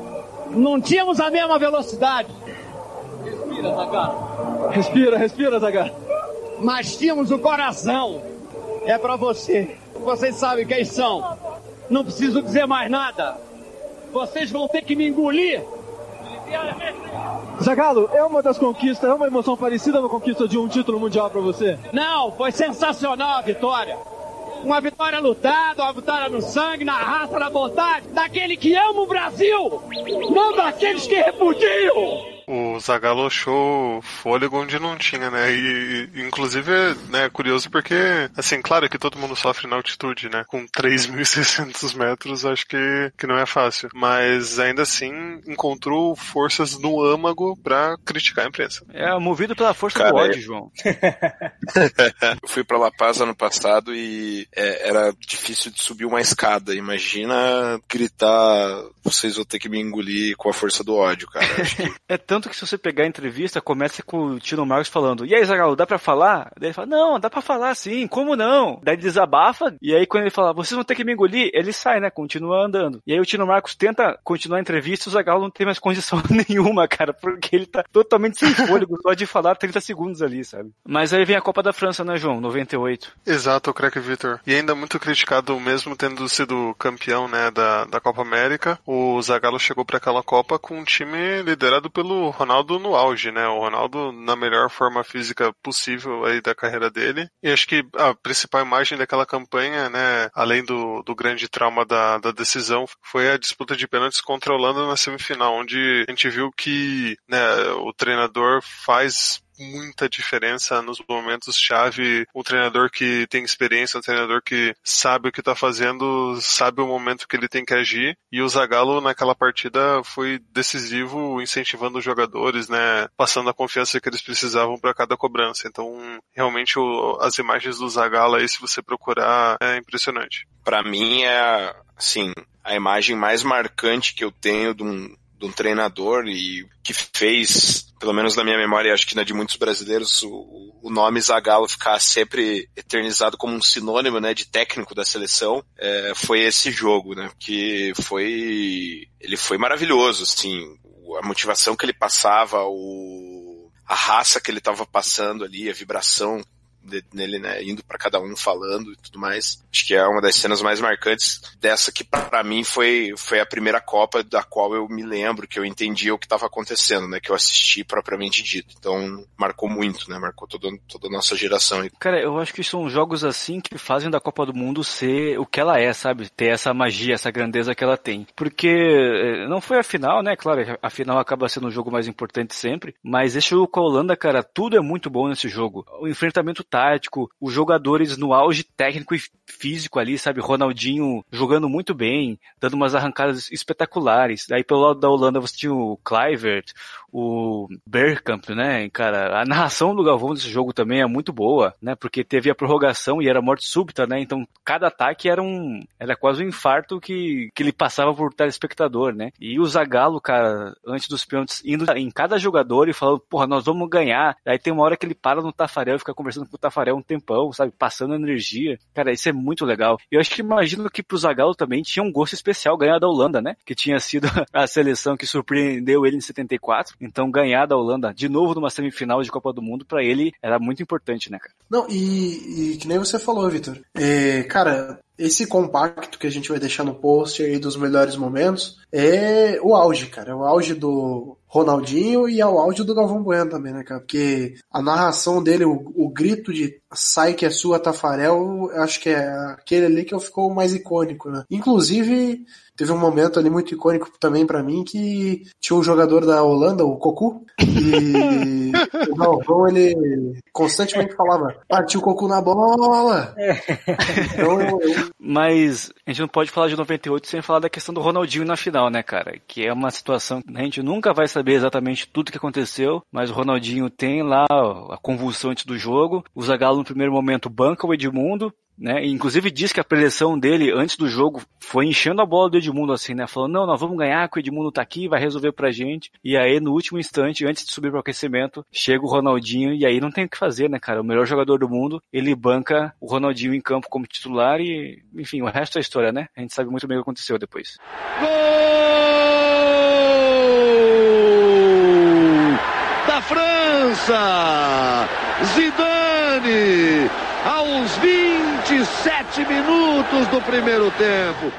Não tínhamos a mesma velocidade. Respira, Zagallo. Respira, respira, Zagallo. Mas tínhamos o coração. É pra você. Vocês sabem quem são. Não preciso dizer mais nada. Vocês vão ter que me engolir. Zagallo, é uma das conquistas, é uma emoção parecida com a conquista de um título mundial pra você? Não, foi sensacional a vitória. Uma vitória lutada, uma vitória no sangue, na raça, na vontade, daquele que ama o Brasil, não daqueles que repudiam. O Zagallo achou fôlego onde não tinha, né? E, inclusive, né, é curioso porque, assim, claro que todo mundo sofre na altitude, né? Com três mil e seiscentos metros, acho que, que não é fácil. Mas, ainda assim, encontrou forças no âmago pra criticar a imprensa. É, movido pela força Cara, do ódio, é... João. Eu fui pra La Paz ano passado e é, era difícil de subir uma escada. Imagina gritar, vocês vão ter que me engolir com a força do ódio, cara. Acho que... É tanto que se você pegar a entrevista, começa com o Tino Marcos falando, e aí, Zagallo, dá pra falar? Daí ele fala, não, dá pra falar sim, como não? Daí ele desabafa, e aí quando ele fala, vocês vão ter que me engolir, ele sai, né, continua andando. E aí o Tino Marcos tenta continuar a entrevista, e o Zagallo não tem mais condição nenhuma, cara, porque ele tá totalmente sem fôlego, só de falar trinta segundos ali, sabe? Mas aí vem a Copa da França, né, João, noventa e oito. Exato, o craque Vitor. E ainda muito criticado, mesmo tendo sido campeão, né, da, da Copa América, o Zagallo chegou pra aquela Copa com um time liderado pelo Ronaldo no auge, né? O Ronaldo na melhor forma física possível aí da carreira dele. E acho que a principal imagem daquela campanha, né, além do, do grande trauma da, da decisão, foi a disputa de pênaltis contra a Holanda na semifinal, onde a gente viu que, né, o treinador faz muita diferença nos momentos-chave. Um treinador que tem experiência, um treinador que sabe o que tá fazendo, sabe o momento que ele tem que agir. E o Zagallo naquela partida foi decisivo, incentivando os jogadores, né, passando a confiança que eles precisavam para cada cobrança. Então, realmente, o, as imagens do Zagallo aí, se você procurar, é impressionante. Pra mim, é, assim, a imagem mais marcante que eu tenho de um, de um treinador e que fez, pelo menos na minha memória, acho que na de muitos brasileiros, o, o nome Zagallo ficar sempre eternizado como um sinônimo, né, de técnico da seleção, é, foi esse jogo, né, que foi, ele foi maravilhoso, assim, a motivação que ele passava, o, a raça que ele estava passando ali, a vibração de, nele, né, indo pra cada um falando e tudo mais. Acho que é uma das cenas mais marcantes dessa que pra mim foi, foi a primeira Copa da qual eu me lembro, que eu entendia o que estava acontecendo, né, que eu assisti propriamente dito. Então marcou muito, né, marcou toda, toda a nossa geração. Cara, eu acho que são jogos assim que fazem da Copa do Mundo ser o que ela é, sabe? Ter essa magia, essa grandeza que ela tem. Porque não foi a final, né? Claro, a final acaba sendo o jogo mais importante sempre, mas esse jogo com a Holanda, cara, tudo é muito bom nesse jogo. O enfrentamento tático, os jogadores no auge técnico e físico ali, sabe? Ronaldinho jogando muito bem, dando umas arrancadas espetaculares. Aí pelo lado da Holanda você tinha o Kluivert, o Bergkamp, né? Cara, a narração do Galvão desse jogo também é muito boa, né? Porque teve a prorrogação e era morte súbita, né? Então cada ataque era um, era quase um infarto que, que ele passava por telespectador, né? E o Zagallo, cara, antes dos pênaltis, indo em cada jogador e falando, porra, nós vamos ganhar. Aí tem uma hora que ele para no Tafarel e fica conversando com o Tafarel um tempão, sabe? Passando energia. Cara, isso é muito legal. E eu acho que imagino que pro Zagallo também tinha um gosto especial ganhar da Holanda, né? Que tinha sido a seleção que surpreendeu ele em setenta e quatro. Então ganhar da Holanda de novo numa semifinal de Copa do Mundo pra ele era muito importante, né, cara? Não, e, e que nem você falou, Vitor. É, cara, esse compacto que a gente vai deixar no post aí dos melhores momentos é o auge, cara. É o auge do Ronaldinho e é o auge do Galvão Bueno também, né, cara? Porque a narração dele, o, o grito de sai que é sua, Tafarel, eu acho que é aquele ali que ficou mais icônico, né? Inclusive, teve um momento ali muito icônico também pra mim que tinha um jogador da Holanda, o Cocu, e o Galvão, ele constantemente falava, partiu o Cocu na bola! Então, eu... Mas a gente não pode falar de noventa e oito sem falar da questão do Ronaldinho na final, né, cara? Que é uma situação que a gente nunca vai saber exatamente tudo que aconteceu, mas o Ronaldinho tem lá a convulsão antes do jogo, o Zagallo no primeiro momento banca o Edmundo, né? E, inclusive diz que a preleção dele antes do jogo foi enchendo a bola do Edmundo assim, né? Falando, não, nós vamos ganhar, que o Edmundo tá aqui, vai resolver pra gente. E aí, no último instante, antes de subir pro aquecimento, chega o Ronaldinho e aí não tem o que fazer, né, cara? O melhor jogador do mundo, ele banca o Ronaldinho em campo como titular e, enfim, o resto é história, né? A gente sabe muito bem o que aconteceu depois. Gol da França! Zidane! Aos vinte e sete minutos do primeiro tempo.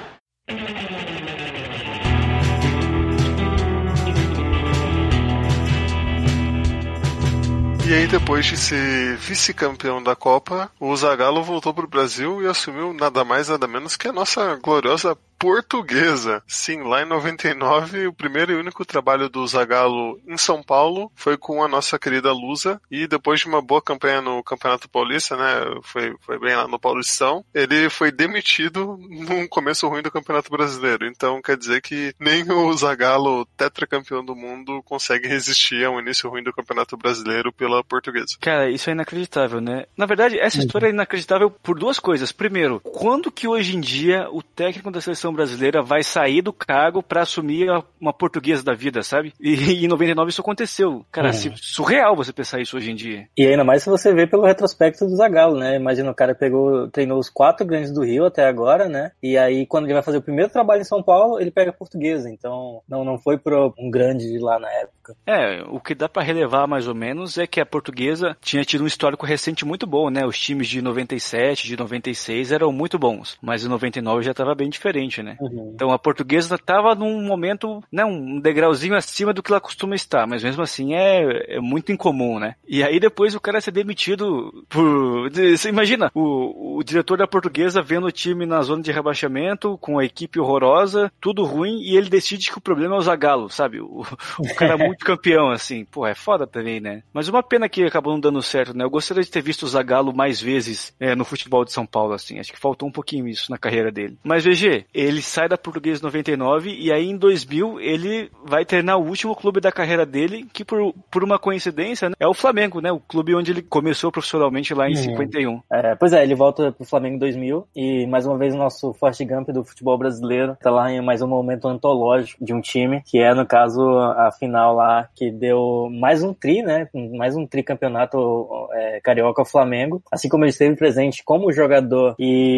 E aí, depois de ser vice-campeão da Copa, o Zagallo voltou pro Brasil e assumiu nada mais nada menos que a nossa gloriosa Portuguesa. Sim, lá em noventa e nove, o primeiro e único trabalho do Zagallo em São Paulo foi com a nossa querida Lusa, e depois de uma boa campanha no Campeonato Paulista, né, foi, foi bem lá no Paulistão, ele foi demitido num começo ruim do Campeonato Brasileiro. Então quer dizer que nem o Zagallo, tetracampeão do mundo, consegue resistir a um início ruim do Campeonato Brasileiro pela Portuguesa. Cara, isso é inacreditável, né? Na verdade, essa história é inacreditável por duas coisas. Primeiro, quando que hoje em dia o técnico da seleção brasileira vai sair do cargo pra assumir uma Portuguesa da vida, sabe? E, e em noventa e nove isso aconteceu. Cara, uhum. Surreal você pensar isso hoje em dia. E ainda mais se você vê pelo retrospecto do Zagallo, né? Imagina, o cara pegou, treinou os quatro grandes do Rio até agora, né? E aí, quando ele vai fazer o primeiro trabalho em São Paulo, ele pega a Portuguesa. Então, não, não foi pro um grande de lá na época. É, o que dá pra relevar mais ou menos é que a Portuguesa tinha tido um histórico recente muito bom, né? Os times de noventa e sete, de noventa e seis eram muito bons, mas em noventa e nove já tava bem diferente, né? Uhum. Então a Portuguesa tava num momento, né, um degrauzinho acima do que ela costuma estar, mas mesmo assim é, é muito incomum, né? E aí depois o cara ser demitido por... Você imagina, o, o diretor da Portuguesa vendo o time na zona de rebaixamento, com a equipe horrorosa, tudo ruim, e ele decide que o problema é o Zagallo, sabe? O, o cara multicampeão, assim. Pô, é foda também, né? Mas uma pena que acabou não dando certo, né? Eu gostaria de ter visto o Zagallo mais vezes é, no futebol de São Paulo, assim. Acho que faltou um pouquinho isso na carreira dele. Mas, V G, ele sai da Portuguesa em noventa e nove e aí em dois mil ele vai treinar o último clube da carreira dele, que por, por uma coincidência, né, é o Flamengo, né? O clube onde ele começou profissionalmente lá em uhum. cinquenta e um. É, pois é, ele volta pro Flamengo em dois mil e mais uma vez o nosso Forrest Gump do futebol brasileiro tá lá em mais um momento antológico de um time, que é, no caso, a final lá que deu mais um tri, né? Mais um tricampeonato é, carioca ao Flamengo, assim como ele esteve presente como jogador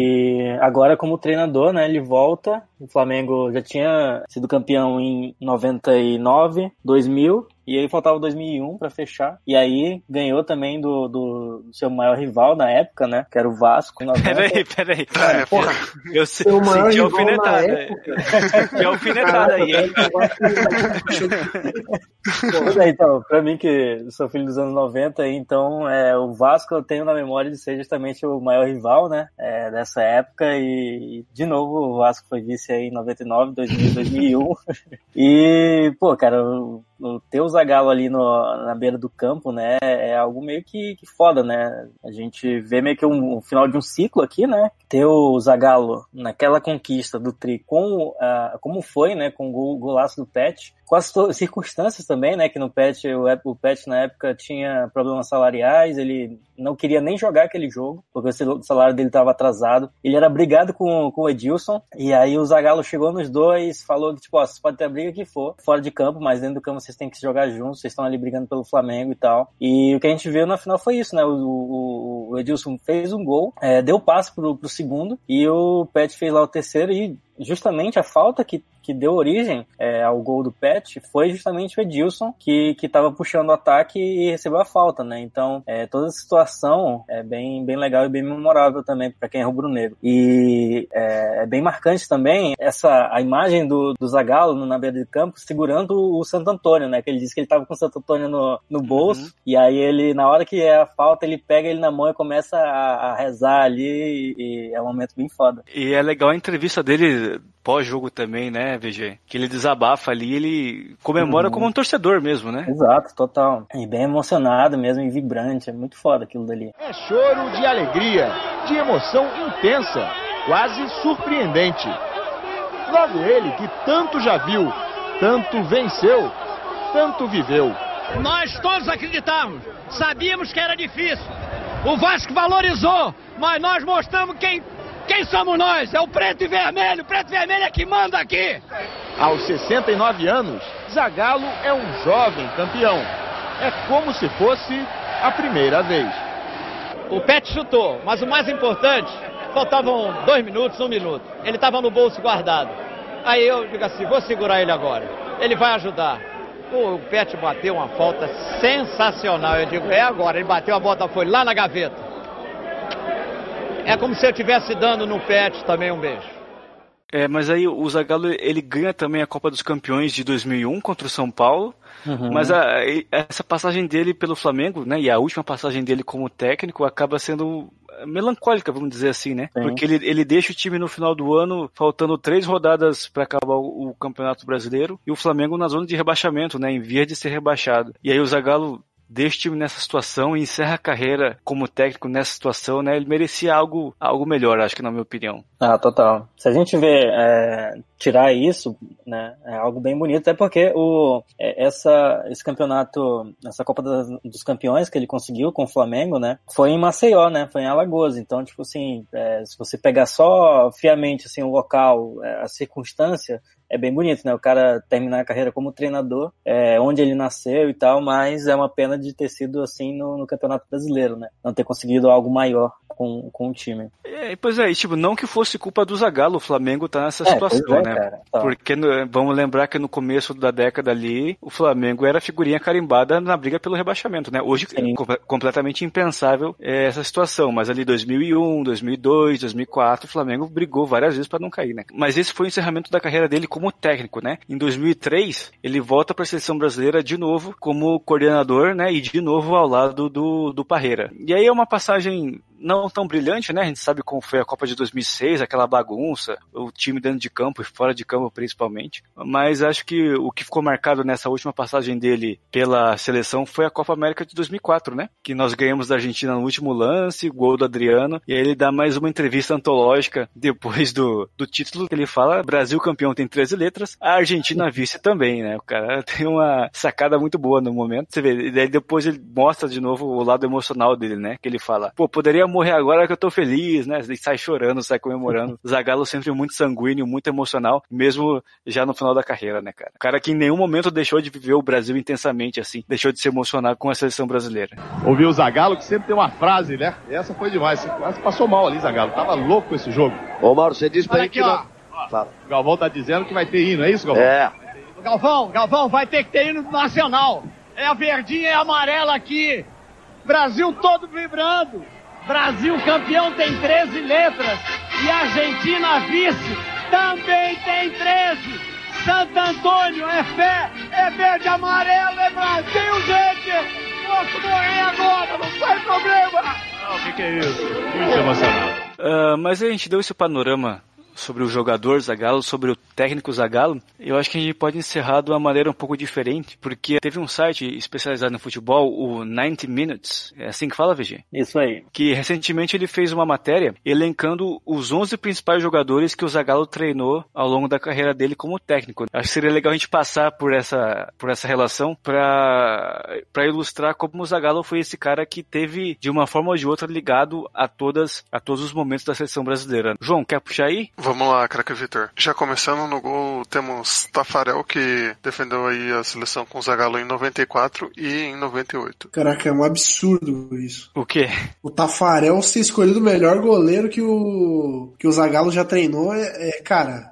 e agora como treinador, né? Ele volta, o Flamengo já tinha sido campeão em noventa e nove, dois mil e aí faltava dois mil e um pra fechar, e aí ganhou também do, do, do seu maior rival na época, né, que era o Vasco. Peraí, peraí. É, porra, eu sei, senti alfinetada. Que alfinetada aí, hein? Pois é, então, pra mim que sou filho dos anos noventa, então é, o Vasco eu tenho na memória de ser justamente o maior rival, né, é, dessa época, e de novo o Vasco foi vice aí em noventa e nove, dois mil, dois mil e um, e, pô, cara, o, o ter o Zagallo ali no, na beira do campo, né, é algo meio que, que foda, né, a gente vê meio que um, um final de um ciclo aqui, né, ter o Zagallo naquela conquista do Tri, com, uh, como foi, né, com o golaço do Pet, com as circunstâncias também, né, que no Pet, o, o Pet na época tinha problemas salariais, ele não queria nem jogar aquele jogo, porque o salário dele estava atrasado, ele era brigado com, com o Edilson, e aí o Zagallo chegou nos dois, falou que, tipo, ó, vocês podem ter a briga que for, fora de campo, mas dentro do campo vocês têm que se jogar juntos, vocês estão ali brigando pelo Flamengo e tal, e o que a gente viu na final foi isso, né, o, o, o Edilson fez um gol, é, deu passe pro, pro segundo, e o Pet fez lá o terceiro, e justamente a falta que, que deu origem é, ao gol do Pet foi justamente o Edilson, que que estava puxando o ataque e recebeu a falta, né? Então, é, toda a situação é bem, bem legal e bem memorável também para quem é rubro-negro. E é, é bem marcante também essa, a imagem do, do Zagallo na beira de campo segurando o Santo Antônio, né? Que ele disse que ele estava com o Santo Antônio no, no bolso, uhum. E aí ele, na hora que é a falta, ele pega ele na mão e começa a, a rezar ali, e, e é um momento bem foda. E é legal a entrevista dele pós-jogo também, né, V G? Que ele desabafa ali, ele comemora uhum. como um torcedor mesmo, né? Exato, total. E bem emocionado mesmo, e vibrante, é muito foda aquilo dali. É choro de alegria, de emoção intensa, quase surpreendente. Logo ele, que tanto já viu, tanto venceu, tanto viveu. Nós todos acreditávamos, sabíamos que era difícil. O Vasco valorizou, mas nós mostramos quem... Quem somos nós? É o preto e vermelho. O preto e vermelho é que manda aqui. Aos sessenta e nove anos, Zagallo é um jovem campeão. É como se fosse a primeira vez. O Pet chutou, mas o mais importante, faltavam dois minutos, um minuto. Ele estava no bolso guardado. Aí eu digo assim, vou segurar ele agora. Ele vai ajudar. O Pet bateu uma falta sensacional. Eu digo, é agora. Ele bateu, a bola foi lá na gaveta. É como se eu estivesse dando no Pet também um beijo. É, mas aí o Zagallo, ele ganha também a Copa dos Campeões de dois mil e um contra o São Paulo, uhum. Mas a, essa passagem dele pelo Flamengo, né, e a última passagem dele como técnico acaba sendo melancólica, vamos dizer assim, né? Sim. Porque ele, ele deixa o time no final do ano, faltando três rodadas para acabar o, o Campeonato Brasileiro, e o Flamengo na zona de rebaixamento, né, em via de ser rebaixado. E aí o Zagallo deixa o time nessa situação e encerra a carreira como técnico nessa situação, né? Ele merecia algo, algo melhor, acho que na minha opinião. Ah, total. Se a gente vê, é, tirar isso, né, é algo bem bonito, até porque o, é, essa, esse campeonato, essa Copa das, dos Campeões que ele conseguiu com o Flamengo, né, foi em Maceió, né, foi em Alagoas. Então, tipo assim, é, se você pegar só fiamente, assim, o local, é, a circunstância, é bem bonito, né? O cara terminar a carreira como treinador, é, onde ele nasceu e tal, mas é uma pena de ter sido assim no, no Campeonato Brasileiro, né? Não ter conseguido algo maior com, com o time. É, pois é, tipo, não que fosse culpa do Zagallo, o Flamengo tá nessa é, situação, é, né? Cara, tá. Porque no, vamos lembrar que no começo da década ali, o Flamengo era figurinha carimbada na briga pelo rebaixamento, né? Hoje é com, completamente impensável é, essa situação, mas ali dois mil e um, dois mil e dois, dois mil e quatro, o Flamengo brigou várias vezes para não cair, né? Mas esse foi o encerramento da carreira dele como técnico, né? Em dois mil e três, ele volta para a seleção brasileira de novo como coordenador, né? E de novo ao lado do, do Parreira. E aí é uma passagem não tão brilhante, né? A gente sabe como foi a Copa de dois mil e seis, aquela bagunça, o time dentro de campo e fora de campo principalmente. Mas acho que o que ficou marcado nessa última passagem dele pela seleção foi a Copa América de dois mil e quatro, né? Que nós ganhamos da Argentina no último lance, gol do Adriano, e aí ele dá mais uma entrevista antológica depois do, do título que ele fala: Brasil campeão tem treze letras, a Argentina vice também, né? O cara tem uma sacada muito boa no momento. Você vê, e daí depois ele mostra de novo o lado emocional dele, né? Que ele fala, pô, poderia morrer agora que eu tô feliz, né? Ele sai chorando, sai comemorando. Zagallo sempre muito sanguíneo, muito emocional, mesmo já no final da carreira, né, cara? O cara que em nenhum momento deixou de viver o Brasil intensamente, assim, deixou de se emocionar com a seleção brasileira. Ouviu o Zagallo, que sempre tem uma frase, né? Essa foi demais, você quase passou mal ali, Zagallo. Tava louco com esse jogo. Ô, Mauro, você disse pra Olha gente aqui, que não... ó. O Galvão tá dizendo que vai ter hino, é isso, Galvão? É. Galvão, Galvão, vai ter que ter hino nacional. É a verdinha e a amarela aqui. Brasil todo vibrando. Brasil campeão tem treze letras. E Argentina vice também tem treze. Santo Antônio é fé, é verde, amarelo, é Brasil, gente. Posso morrer agora, não tem problema. Ah, o que, que é isso? Muito emocionado. Uh, mas a gente deu esse panorama sobre o jogador Zagallo, sobre o técnico Zagallo. Eu acho que a gente pode encerrar de uma maneira um pouco diferente, porque teve um site especializado no futebol, o ninety minutes, é assim que fala, V G? Isso aí. Que recentemente ele fez uma matéria elencando os onze principais jogadores que o Zagallo treinou ao longo da carreira dele como técnico. Acho que seria legal a gente passar por essa, por essa relação para para ilustrar como o Zagallo foi esse cara que teve, de uma forma ou de outra, ligado a todas a todos os momentos da seleção brasileira. João, quer puxar aí? Vamos lá, craque Vitor. Já começando no gol, temos Tafarel, que defendeu aí a seleção com o Zagallo em noventa e quatro e em noventa e oito. Caraca, é um absurdo isso. O quê? O Tafarel ser escolhido o melhor goleiro que o, que o Zagallo já treinou é, é cara...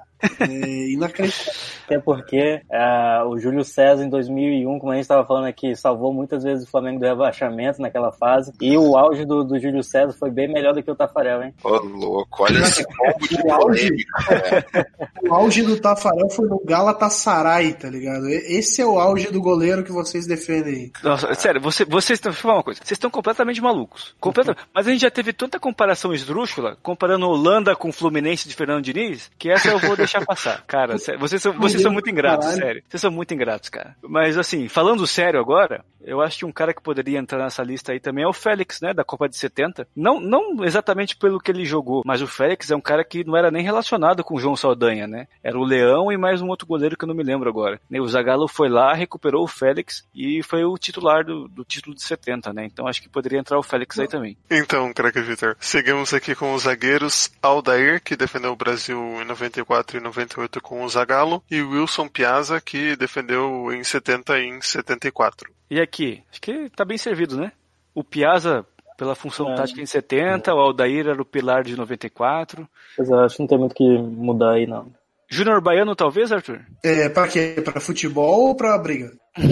É inacreditável. Até porque uh, o Júlio César em dois mil e um, como a gente estava falando aqui, salvou muitas vezes o Flamengo do rebaixamento naquela fase, e o auge do, do Júlio César foi bem melhor do que o Tafarel, hein? Ô, louco, olha esse combo de polêmica. O auge do Tafarel foi no Galatasaray, tá ligado? Esse é o auge do goleiro que vocês defendem. Nossa, sério, você, vocês estão, deixa eu falar uma coisa, vocês estão completamente malucos. Completamente. Mas a gente já teve tanta comparação esdrúxula, comparando Holanda com o Fluminense de Fernando Diniz, que essa eu vou deixar passar. Cara, sério, vocês são, vocês são muito ingratos, sério. Vocês são muito ingratos, cara. Mas assim, falando sério agora, eu acho que um cara que poderia entrar nessa lista aí também é o Félix, né, da Copa de setenta. Não, não exatamente pelo que ele jogou, mas o Félix é um cara que não era nem relacionado com o João Saldanha, né? Era o Leão e mais um outro goleiro que eu não me lembro agora. O Zagallo foi lá, recuperou o Félix e foi o titular do, do título de setenta, né? Então acho que poderia entrar o Félix aí também. Então, craque Vitor, seguimos aqui com os zagueiros Aldair, que defendeu o Brasil em noventa e quatro e noventa e oito com o Zagallo, e Wilson Piazza, que defendeu em setenta e em setenta e quatro. E aqui, acho que tá bem servido, né? O Piazza pela função é. tática em setenta, é. o Aldair era o pilar de noventa e quatro. Pois é, acho que não tem muito o que mudar aí, não. Júnior Baiano, talvez, Arthur? É, pra quê? Pra futebol ou pra briga?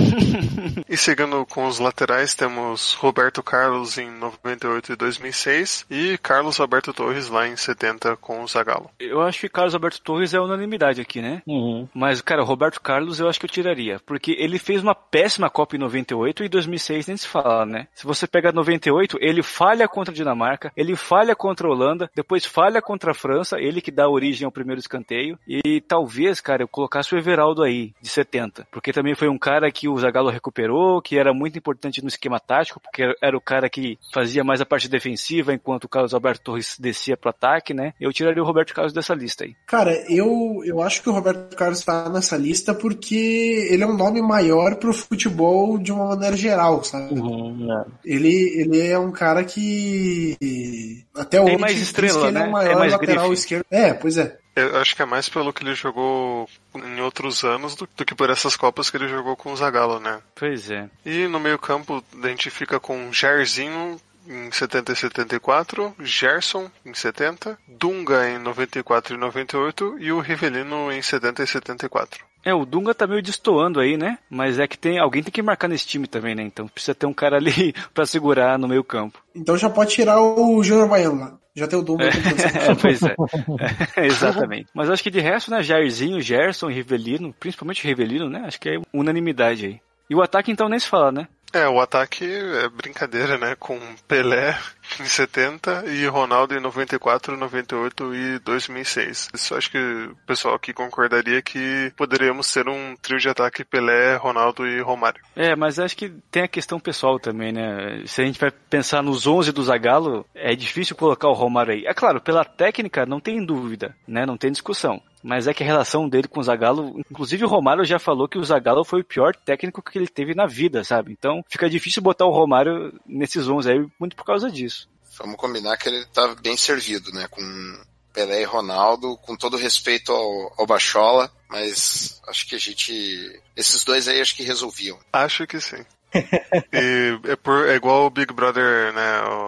E seguindo com os laterais, temos Roberto Carlos em noventa e oito e dois mil e seis e Carlos Alberto Torres lá em setenta com o Zagallo. Eu acho que Carlos Alberto Torres é unanimidade aqui, né? Uhum. Mas, cara, o Roberto Carlos eu acho que eu tiraria, porque ele fez uma péssima Copa em noventa e oito e dois mil e seis nem se fala, né? Se você pega noventa e oito, ele falha contra a Dinamarca, ele falha contra a Holanda, depois falha contra a França, ele que dá origem ao primeiro escanteio, e talvez, cara, eu colocasse o Everaldo aí, de setenta, porque também foi um cara que o Zagallo recuperou, que era muito importante no esquema tático, porque era o cara que fazia mais a parte defensiva, enquanto o Carlos Alberto Torres descia pro ataque, né? Eu tiraria o Roberto Carlos dessa lista aí. Cara, eu, eu acho que o Roberto Carlos tá nessa lista porque ele é um nome maior pro futebol de uma maneira geral, sabe? Uhum, é. Ele, ele é um cara que até hoje tem mais estrela, ele né? é o maior é mais lateral grife. esquerdo. É, pois é. Eu acho que é mais pelo que ele jogou em outros anos do, do que por essas Copas que ele jogou com o Zagallo, né? Pois é. E no meio campo a gente fica com Jairzinho em setenta e setenta e quatro, Gerson em setenta, Dunga em noventa e quatro e noventa e oito e o Rivelino em setenta e setenta e quatro. É, o Dunga tá meio destoando aí, né? Mas é que tem alguém tem que marcar nesse time também, né? Então precisa ter um cara ali pra segurar no meio campo. Então já pode tirar o Júnior Baiano lá. Já tem o Dunga. É, pois é. é. Exatamente. Mas acho que de resto, né? Jairzinho, Gerson e Rivelino, principalmente Rivelino, né? Acho que é unanimidade aí. E o ataque então nem se fala, né? É, o ataque é brincadeira, né? Com Pelé em setenta e Ronaldo em noventa e quatro, noventa e oito e dois mil e seis. Isso acho que o pessoal aqui concordaria que poderíamos ser um trio de ataque Pelé, Ronaldo e Romário. É, mas acho que tem a questão pessoal também, né? Se a gente vai pensar nos onze do Zagallo, é difícil colocar o Romário aí. É claro, pela técnica não tem dúvida, né? Não tem discussão. Mas é que a relação dele com o Zagallo, inclusive o Romário já falou que o Zagallo foi o pior técnico que ele teve na vida, sabe? Então fica difícil botar o Romário nesses onze aí, muito por causa disso. Vamos combinar que ele tá bem servido, né? Com Pelé e Ronaldo, com todo respeito ao, ao Bachola, mas acho que a gente... Esses dois aí acho que resolviam. Acho que sim. E é, por, é igual o Big Brother, né? O,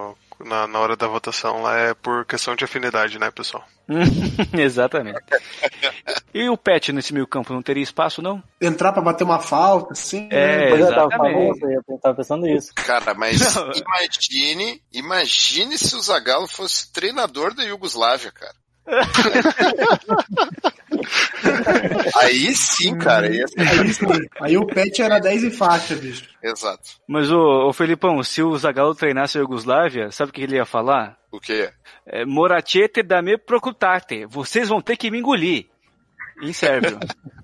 na, na hora da votação lá é por questão de afinidade, né, pessoal? Exatamente. E o Pet nesse meio campo não teria espaço, não? Entrar pra bater uma falta, assim. É, né? exatamente. Eu tava pensando nisso. Cara, mas imagine, imagine se o Zagallo fosse treinador da Iugoslávia, cara. Aí sim, cara. Aí, aí, sim. Aí o Pet era dez e faixa, bicho. Exato. Mas, ô, ô Felipão, se o Zagallo treinasse a Iugoslávia, sabe o que ele ia falar? O quê? É, Moracete da me procutate. Vocês vão ter que me engolir. Em sérvio.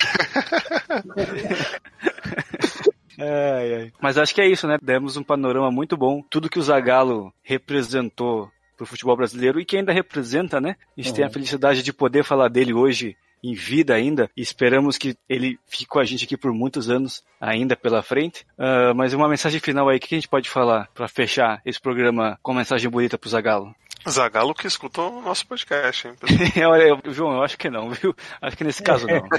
ai, ai. Mas acho que é isso, né? Demos um panorama muito bom. Tudo que o Zagallo representou pro futebol brasileiro e que ainda representa, né? A gente uhum. tem a felicidade de poder falar dele hoje em vida ainda, e esperamos que ele fique com a gente aqui por muitos anos ainda pela frente. Uh, mas uma mensagem final aí, o que a gente pode falar para fechar esse programa com uma mensagem bonita pro Zagallo? Zagallo que escutou o nosso podcast, hein? Olha, eu, João, eu acho que não, viu? Acho que nesse caso não.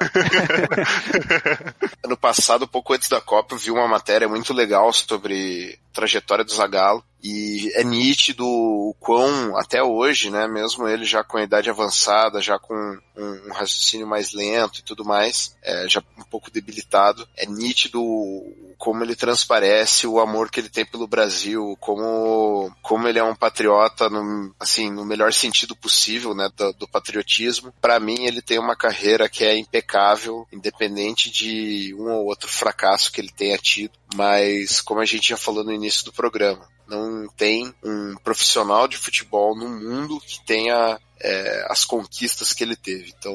Ano passado, pouco antes da Copa, eu vi uma matéria muito legal sobre a trajetória do Zagallo, e é nítido o quão, até hoje, né, mesmo ele já com a idade avançada, já com um, um raciocínio mais lento e tudo mais, é, já um pouco debilitado, é nítido como ele transparece o amor que ele tem pelo Brasil, como, como ele é um patriota, no, assim, no melhor sentido possível, né, do, do patriotismo. Para mim, ele tem uma carreira que é impecável, independente de um ou outro fracasso que ele tenha tido, mas como a gente já falou no início do programa, não tem um profissional de futebol no mundo que tenha é, as conquistas que ele teve. Então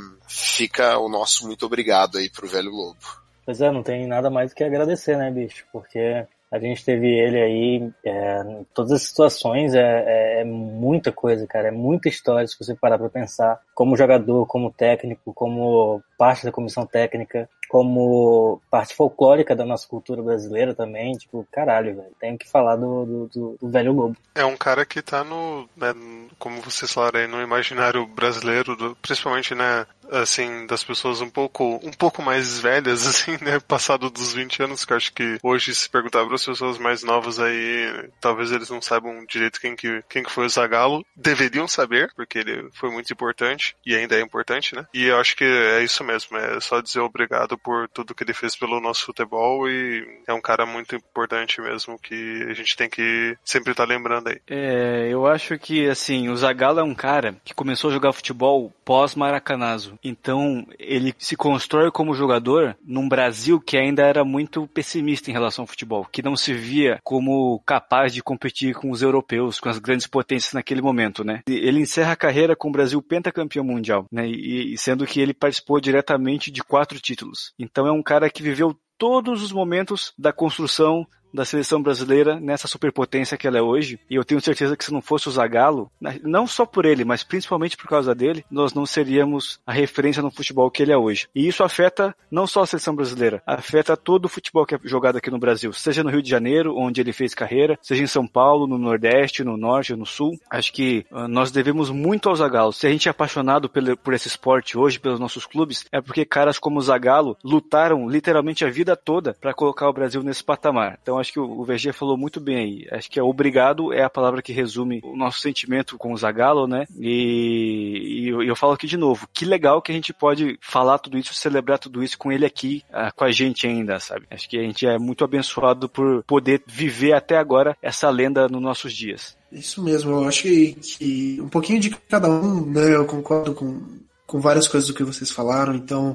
fica o nosso muito obrigado aí pro velho Lobo. Pois é, não tem nada mais do que agradecer, né, bicho? Porque a gente teve ele aí é, em todas as situações, é, é, é muita coisa, cara, é muita história se você parar pra pensar, como jogador, como técnico, como parte da comissão técnica, como parte folclórica da nossa cultura brasileira também, tipo, caralho, velho, tenho que falar do, do, do, do velho Lobo. É um cara que tá no, né, como vocês falaram aí, no imaginário brasileiro, do, principalmente, né, assim, das pessoas um pouco, um pouco mais velhas, assim, né, passado dos vinte anos, que eu acho que hoje, se perguntar para as pessoas mais novas aí, talvez eles não saibam direito quem que, quem que foi o Zagallo, deveriam saber, porque ele foi muito importante, e ainda é importante, né, e eu acho que é isso mesmo, é só dizer obrigado por tudo que ele fez pelo nosso futebol, e é um cara muito importante mesmo, que a gente tem que sempre estar tá lembrando aí. É, eu acho que, assim, o Zagallo é um cara que começou a jogar futebol pós-Maracanazo. Então, ele se constrói como jogador num Brasil que ainda era muito pessimista em relação ao futebol, que não se via como capaz de competir com os europeus, com as grandes potências naquele momento, né? Ele encerra a carreira com o Brasil pentacampeão mundial, né? E, e sendo que ele participou diretamente de quatro títulos. Então, é um cara que viveu todos os momentos da construção da seleção brasileira nessa superpotência que ela é hoje, e eu tenho certeza que se não fosse o Zagallo, não só por ele, mas principalmente por causa dele, nós não seríamos a referência no futebol que ele é hoje. E isso afeta não só a seleção brasileira, afeta todo o futebol que é jogado aqui no Brasil, seja no Rio de Janeiro, onde ele fez carreira, seja em São Paulo, no Nordeste, no Norte, no Sul. Acho que uh, nós devemos muito ao Zagallo. Se a gente é apaixonado pelo, por esse esporte hoje, pelos nossos clubes, é porque caras como o Zagallo lutaram literalmente a vida toda para colocar o Brasil nesse patamar. Então acho que o V G falou muito bem aí. Acho que é obrigado é a palavra que resume o nosso sentimento com o Zagallo, né? E, e eu, eu falo aqui de novo, que legal que a gente pode falar tudo isso, celebrar tudo isso com ele aqui, uh, com a gente ainda, sabe? Acho que a gente é muito abençoado por poder viver até agora essa lenda nos nossos dias. Isso mesmo, eu acho que, que um pouquinho de cada um, né? Eu concordo com, com várias coisas do que vocês falaram, então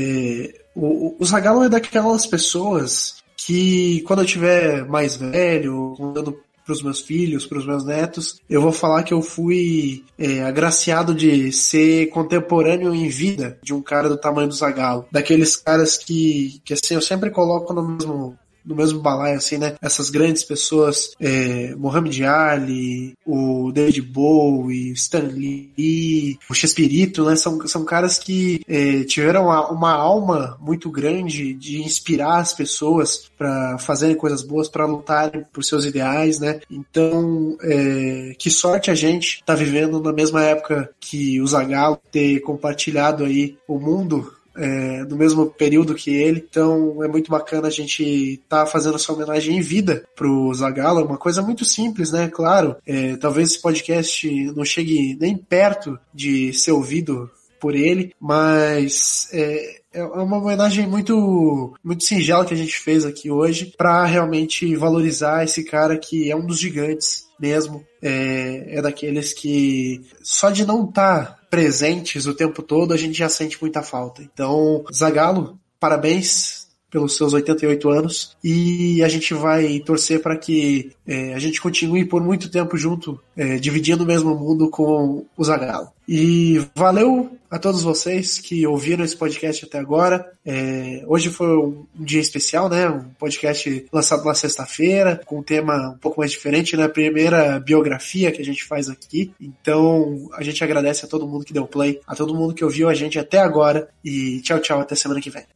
é, o, o Zagallo é daquelas pessoas que quando eu tiver mais velho, contando pros meus filhos, pros meus netos, eu vou falar que eu fui é, agraciado de ser contemporâneo em vida de um cara do tamanho do Zagallo. Daqueles caras que, que assim, eu sempre coloco no mesmo... no mesmo balaio, assim, né? Essas grandes pessoas, é, Muhammad Ali, o David Bowie, o Stan Lee, o Chespirito, né? São, são caras que é, tiveram uma, uma alma muito grande de inspirar as pessoas para fazerem coisas boas, para lutarem por seus ideais, né? Então, é, que sorte a gente tá vivendo na mesma época que o Zagallo, ter compartilhado aí o mundo é, no mesmo período que ele, então é muito bacana a gente tá fazendo essa homenagem em vida pro Zagallo. É uma coisa muito simples, né? Claro, é, talvez esse podcast não chegue nem perto de ser ouvido por ele, mas é, é uma homenagem muito, muito singela que a gente fez aqui hoje para realmente valorizar esse cara que é um dos gigantes mesmo, é, é daqueles que só de não estar tá presentes o tempo todo a gente já sente muita falta. Então, Zagallo, parabéns pelos seus oitenta e oito anos, e a gente vai torcer para que é, a gente continue por muito tempo junto, é, dividindo o mesmo mundo com o Zagallo. E valeu a todos vocês que ouviram esse podcast até agora. É, hoje foi um dia especial, né? Um podcast lançado na sexta-feira, com um tema um pouco mais diferente, né? A primeira biografia que a gente faz aqui. Então, a gente agradece a todo mundo que deu play, a todo mundo que ouviu a gente até agora, e tchau, tchau, até semana que vem.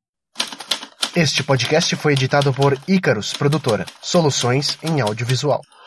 Este podcast foi editado por Icarus Produtora, soluções em audiovisual.